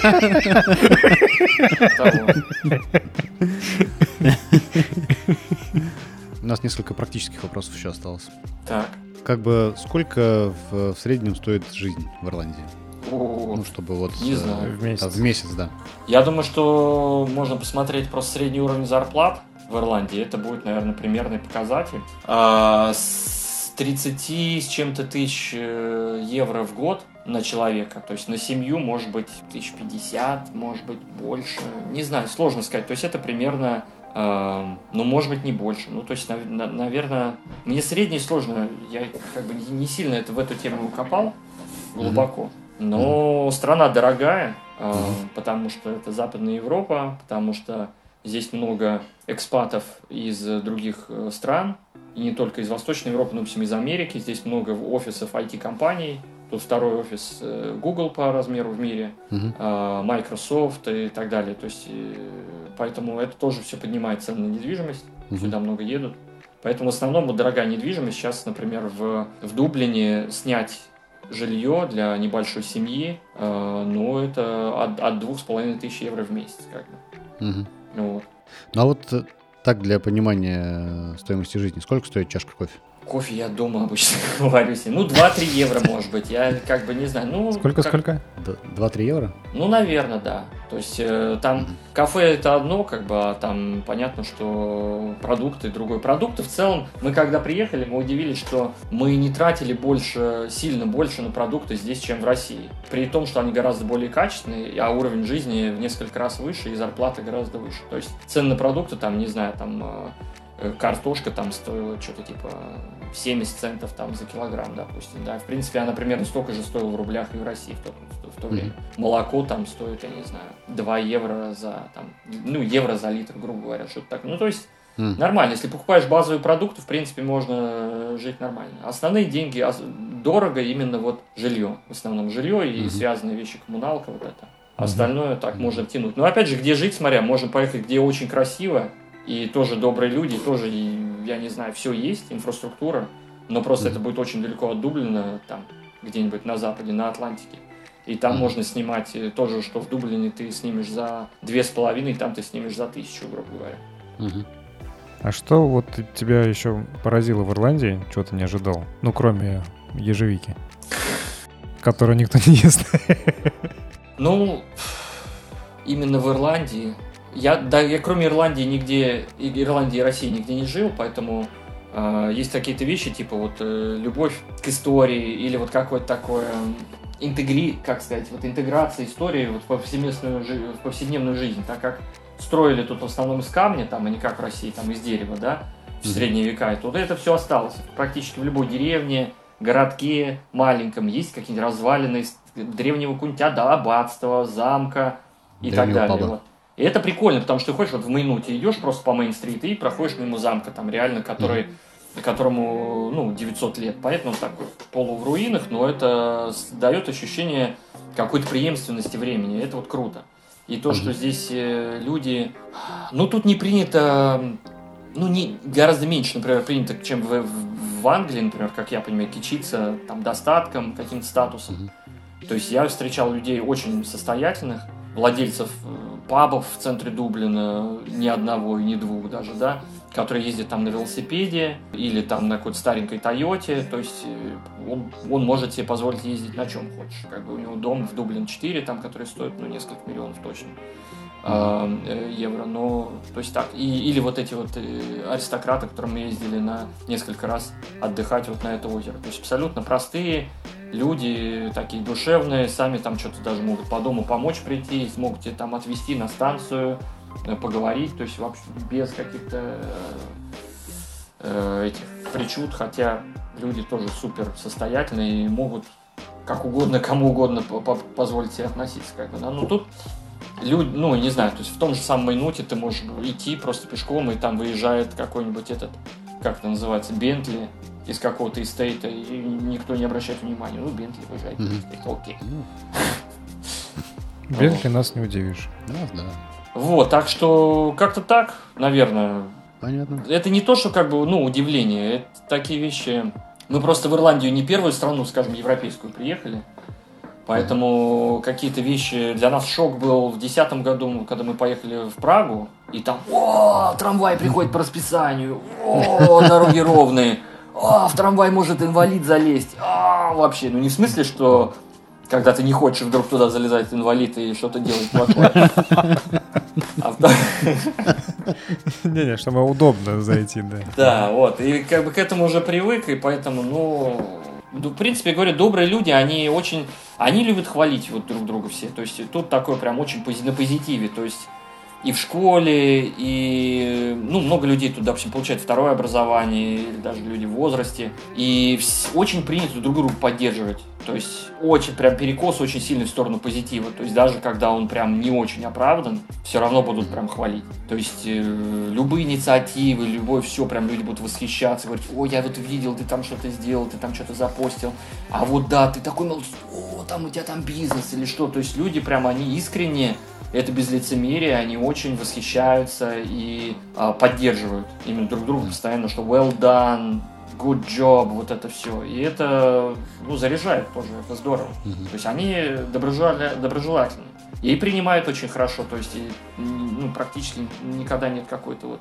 У нас несколько практических вопросов еще осталось. Так. Сколько в среднем стоит жизнь в Ирландии? Чтобы вот... Не знаю. В месяц, да. Я думаю, что можно посмотреть просто средний уровень зарплат в Ирландии. Это будет, наверное, примерный показатель. С 30 с чем-то тысяч евро в год на человека. То есть на семью, может быть, 1050, может быть, больше. Не знаю, сложно сказать. То есть это примерно... может быть, не больше. То есть, наверное, мне средний сложно. Я не сильно в эту тему копал глубоко. Но страна дорогая, потому что это Западная Европа, потому что здесь много экспатов из других стран, и не только из Восточной Европы, но и из Америки. Здесь много офисов IT-компаний. Тут второй офис Google по размеру в мире, Microsoft и так далее. То есть, поэтому это тоже все поднимает цены на недвижимость. Сюда много едут. Поэтому в основном дорогая недвижимость. Сейчас, например, в Дублине снять жилье для небольшой семьи, это от 2500 евро в месяц. Так, для понимания стоимости жизни, сколько стоит чашка кофе? Кофе я дома обычно варюсь. 2-3 евро, может быть. Я не знаю. Сколько? 2-3 евро? Наверное, да. То есть там кафе это одно, а там понятно, что продукты другой. Продукты в целом, мы когда приехали, мы удивились, что мы не тратили сильно больше на продукты здесь, чем в России. При том, что они гораздо более качественные, а уровень жизни в несколько раз выше, и зарплаты гораздо выше. То есть цены на продукты, картошка стоила что-то типа 70 центов за килограмм, допустим. Да. В принципе, она примерно столько же стоила в рублях и в России в то время. Молоко стоит, я не знаю, 2 евро евро за литр, грубо говоря, что-то такое. То есть нормально. Если покупаешь базовые продукты, в принципе, можно жить нормально. Основные деньги дорого именно жилье. В основном жилье и связанные вещи, коммуналка, это. Остальное так можно тянуть. Но опять же, где жить, смотря, можно поехать, где очень красиво, и тоже добрые люди, тоже, я не знаю, все есть, инфраструктура, но просто это будет очень далеко от Дублина, там, где-нибудь на западе, на Атлантике. И там можно снимать тоже, что в Дублине ты снимешь за 2,5, там ты снимешь за 1000, грубо говоря. А что вот тебя еще поразило в Ирландии, чего ты не ожидал? Ну, кроме ежевики, которую никто не ест. Ну, именно в Ирландии. Я кроме Ирландии и России нигде не жил, поэтому есть какие-то вещи, типа вот любовь к истории или вот какое-то такое интеграция истории вот в повседневную жизнь, так как строили тут в основном из камня, там, а не как в России, там, из дерева, да, в средние века, и тут это все осталось. Практически в любой деревне, городке маленьком есть какие-нибудь развалины древнего какого-нибудь аббатства, замка и так далее. Вот. И это прикольно, потому что ты ходишь вот в Мейнуте, идешь просто по Мейн-стрит и проходишь мимо замка, там реально, которому 900 лет, поэтому он такой полу в руинах, но это дает ощущение какой-то преемственности времени, это вот круто. И то, что здесь люди... Ну, тут не принято... гораздо меньше, например, принято, чем в Англии, например, как я понимаю, кичиться там достатком, каким-то статусом. То есть я встречал людей очень состоятельных, владельцев пабов в центре Дублина, ни одного и ни двух даже, да, которые ездят там на велосипеде или там на какой-то старенькой Тойоте, то есть он может себе позволить ездить на чем хочешь. Как бы у него дом в Дублин 4, там, который стоит, несколько миллионов точно евро, то есть так. Или вот эти вот аристократы, к которым мы ездили несколько раз отдыхать вот на это озеро. То есть абсолютно простые люди, такие душевные, сами там что-то даже могут по дому помочь прийти, смогут тебя там отвезти на станцию, поговорить, то есть вообще без каких-то этих причуд, хотя люди тоже супер состоятельные и могут как угодно, кому угодно позволить себе относиться. Как бы, да? Но тут люди, не знаю, то есть в том же самом Мейнуте ты можешь идти просто пешком, и там выезжает какой-нибудь как это называется, Бентли из какого-то эстейта, и никто не обращает внимания. Бентли выезжает из эстейта, окей. Бентли нас не удивишь. Да. Вот, так что как-то так, наверное. Понятно. Это не то, что удивление, это такие вещи. Мы просто в Ирландию не первую страну, скажем, европейскую приехали, поэтому какие-то вещи... Для нас шок был в 2010 году, когда мы поехали в Прагу, и там, трамвай приходит по расписанию, дороги ровные, в трамвай может инвалид залезть, вообще, не в смысле, что... Когда ты не хочешь, вдруг туда залезает инвалид и что-то делает плохое. Не-не, чтобы удобно зайти, да. Да, вот. И как бы к этому уже привык, и поэтому, в принципе, говорю, добрые люди, они любят хвалить вот друг друга все. То есть тут такое прям очень на позитиве. То есть и в школе, и много людей тут, допустим, получают второе образование, или даже люди в возрасте. И очень принято друг друга поддерживать. То есть очень прям перекос очень сильный в сторону позитива. То есть даже когда он прям не очень оправдан, все равно будут прям хвалить. То есть любые инициативы, любое все, прям люди будут восхищаться, говорить: я вот видел, ты там что-то сделал, ты там что-то запостил. А вот да, ты такой молодец, там у тебя там бизнес или что. То есть люди прям, они искренне, это без лицемерия, они очень восхищаются и поддерживают именно друг друга постоянно, что well done, good job, вот это все. И это, заряжает тоже, это здорово. То есть они доброжелательны. И принимают очень хорошо, то есть практически никогда нет какой-то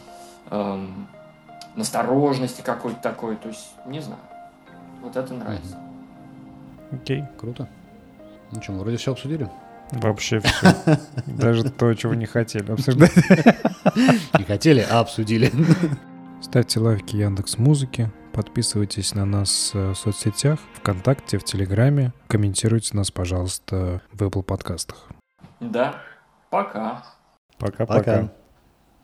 настороженности какой-то такой, то есть, не знаю. Вот это нравится. Окей. Круто. Ну что, вроде все обсудили? Вообще все. Даже то, чего не хотели обсуждать. Не хотели, а обсудили. Ставьте лайки Яндекс.Музыке, подписывайтесь на нас в соцсетях, ВКонтакте, в Телеграме, комментируйте нас, пожалуйста, в Apple подкастах. Да, пока. Пока-пока.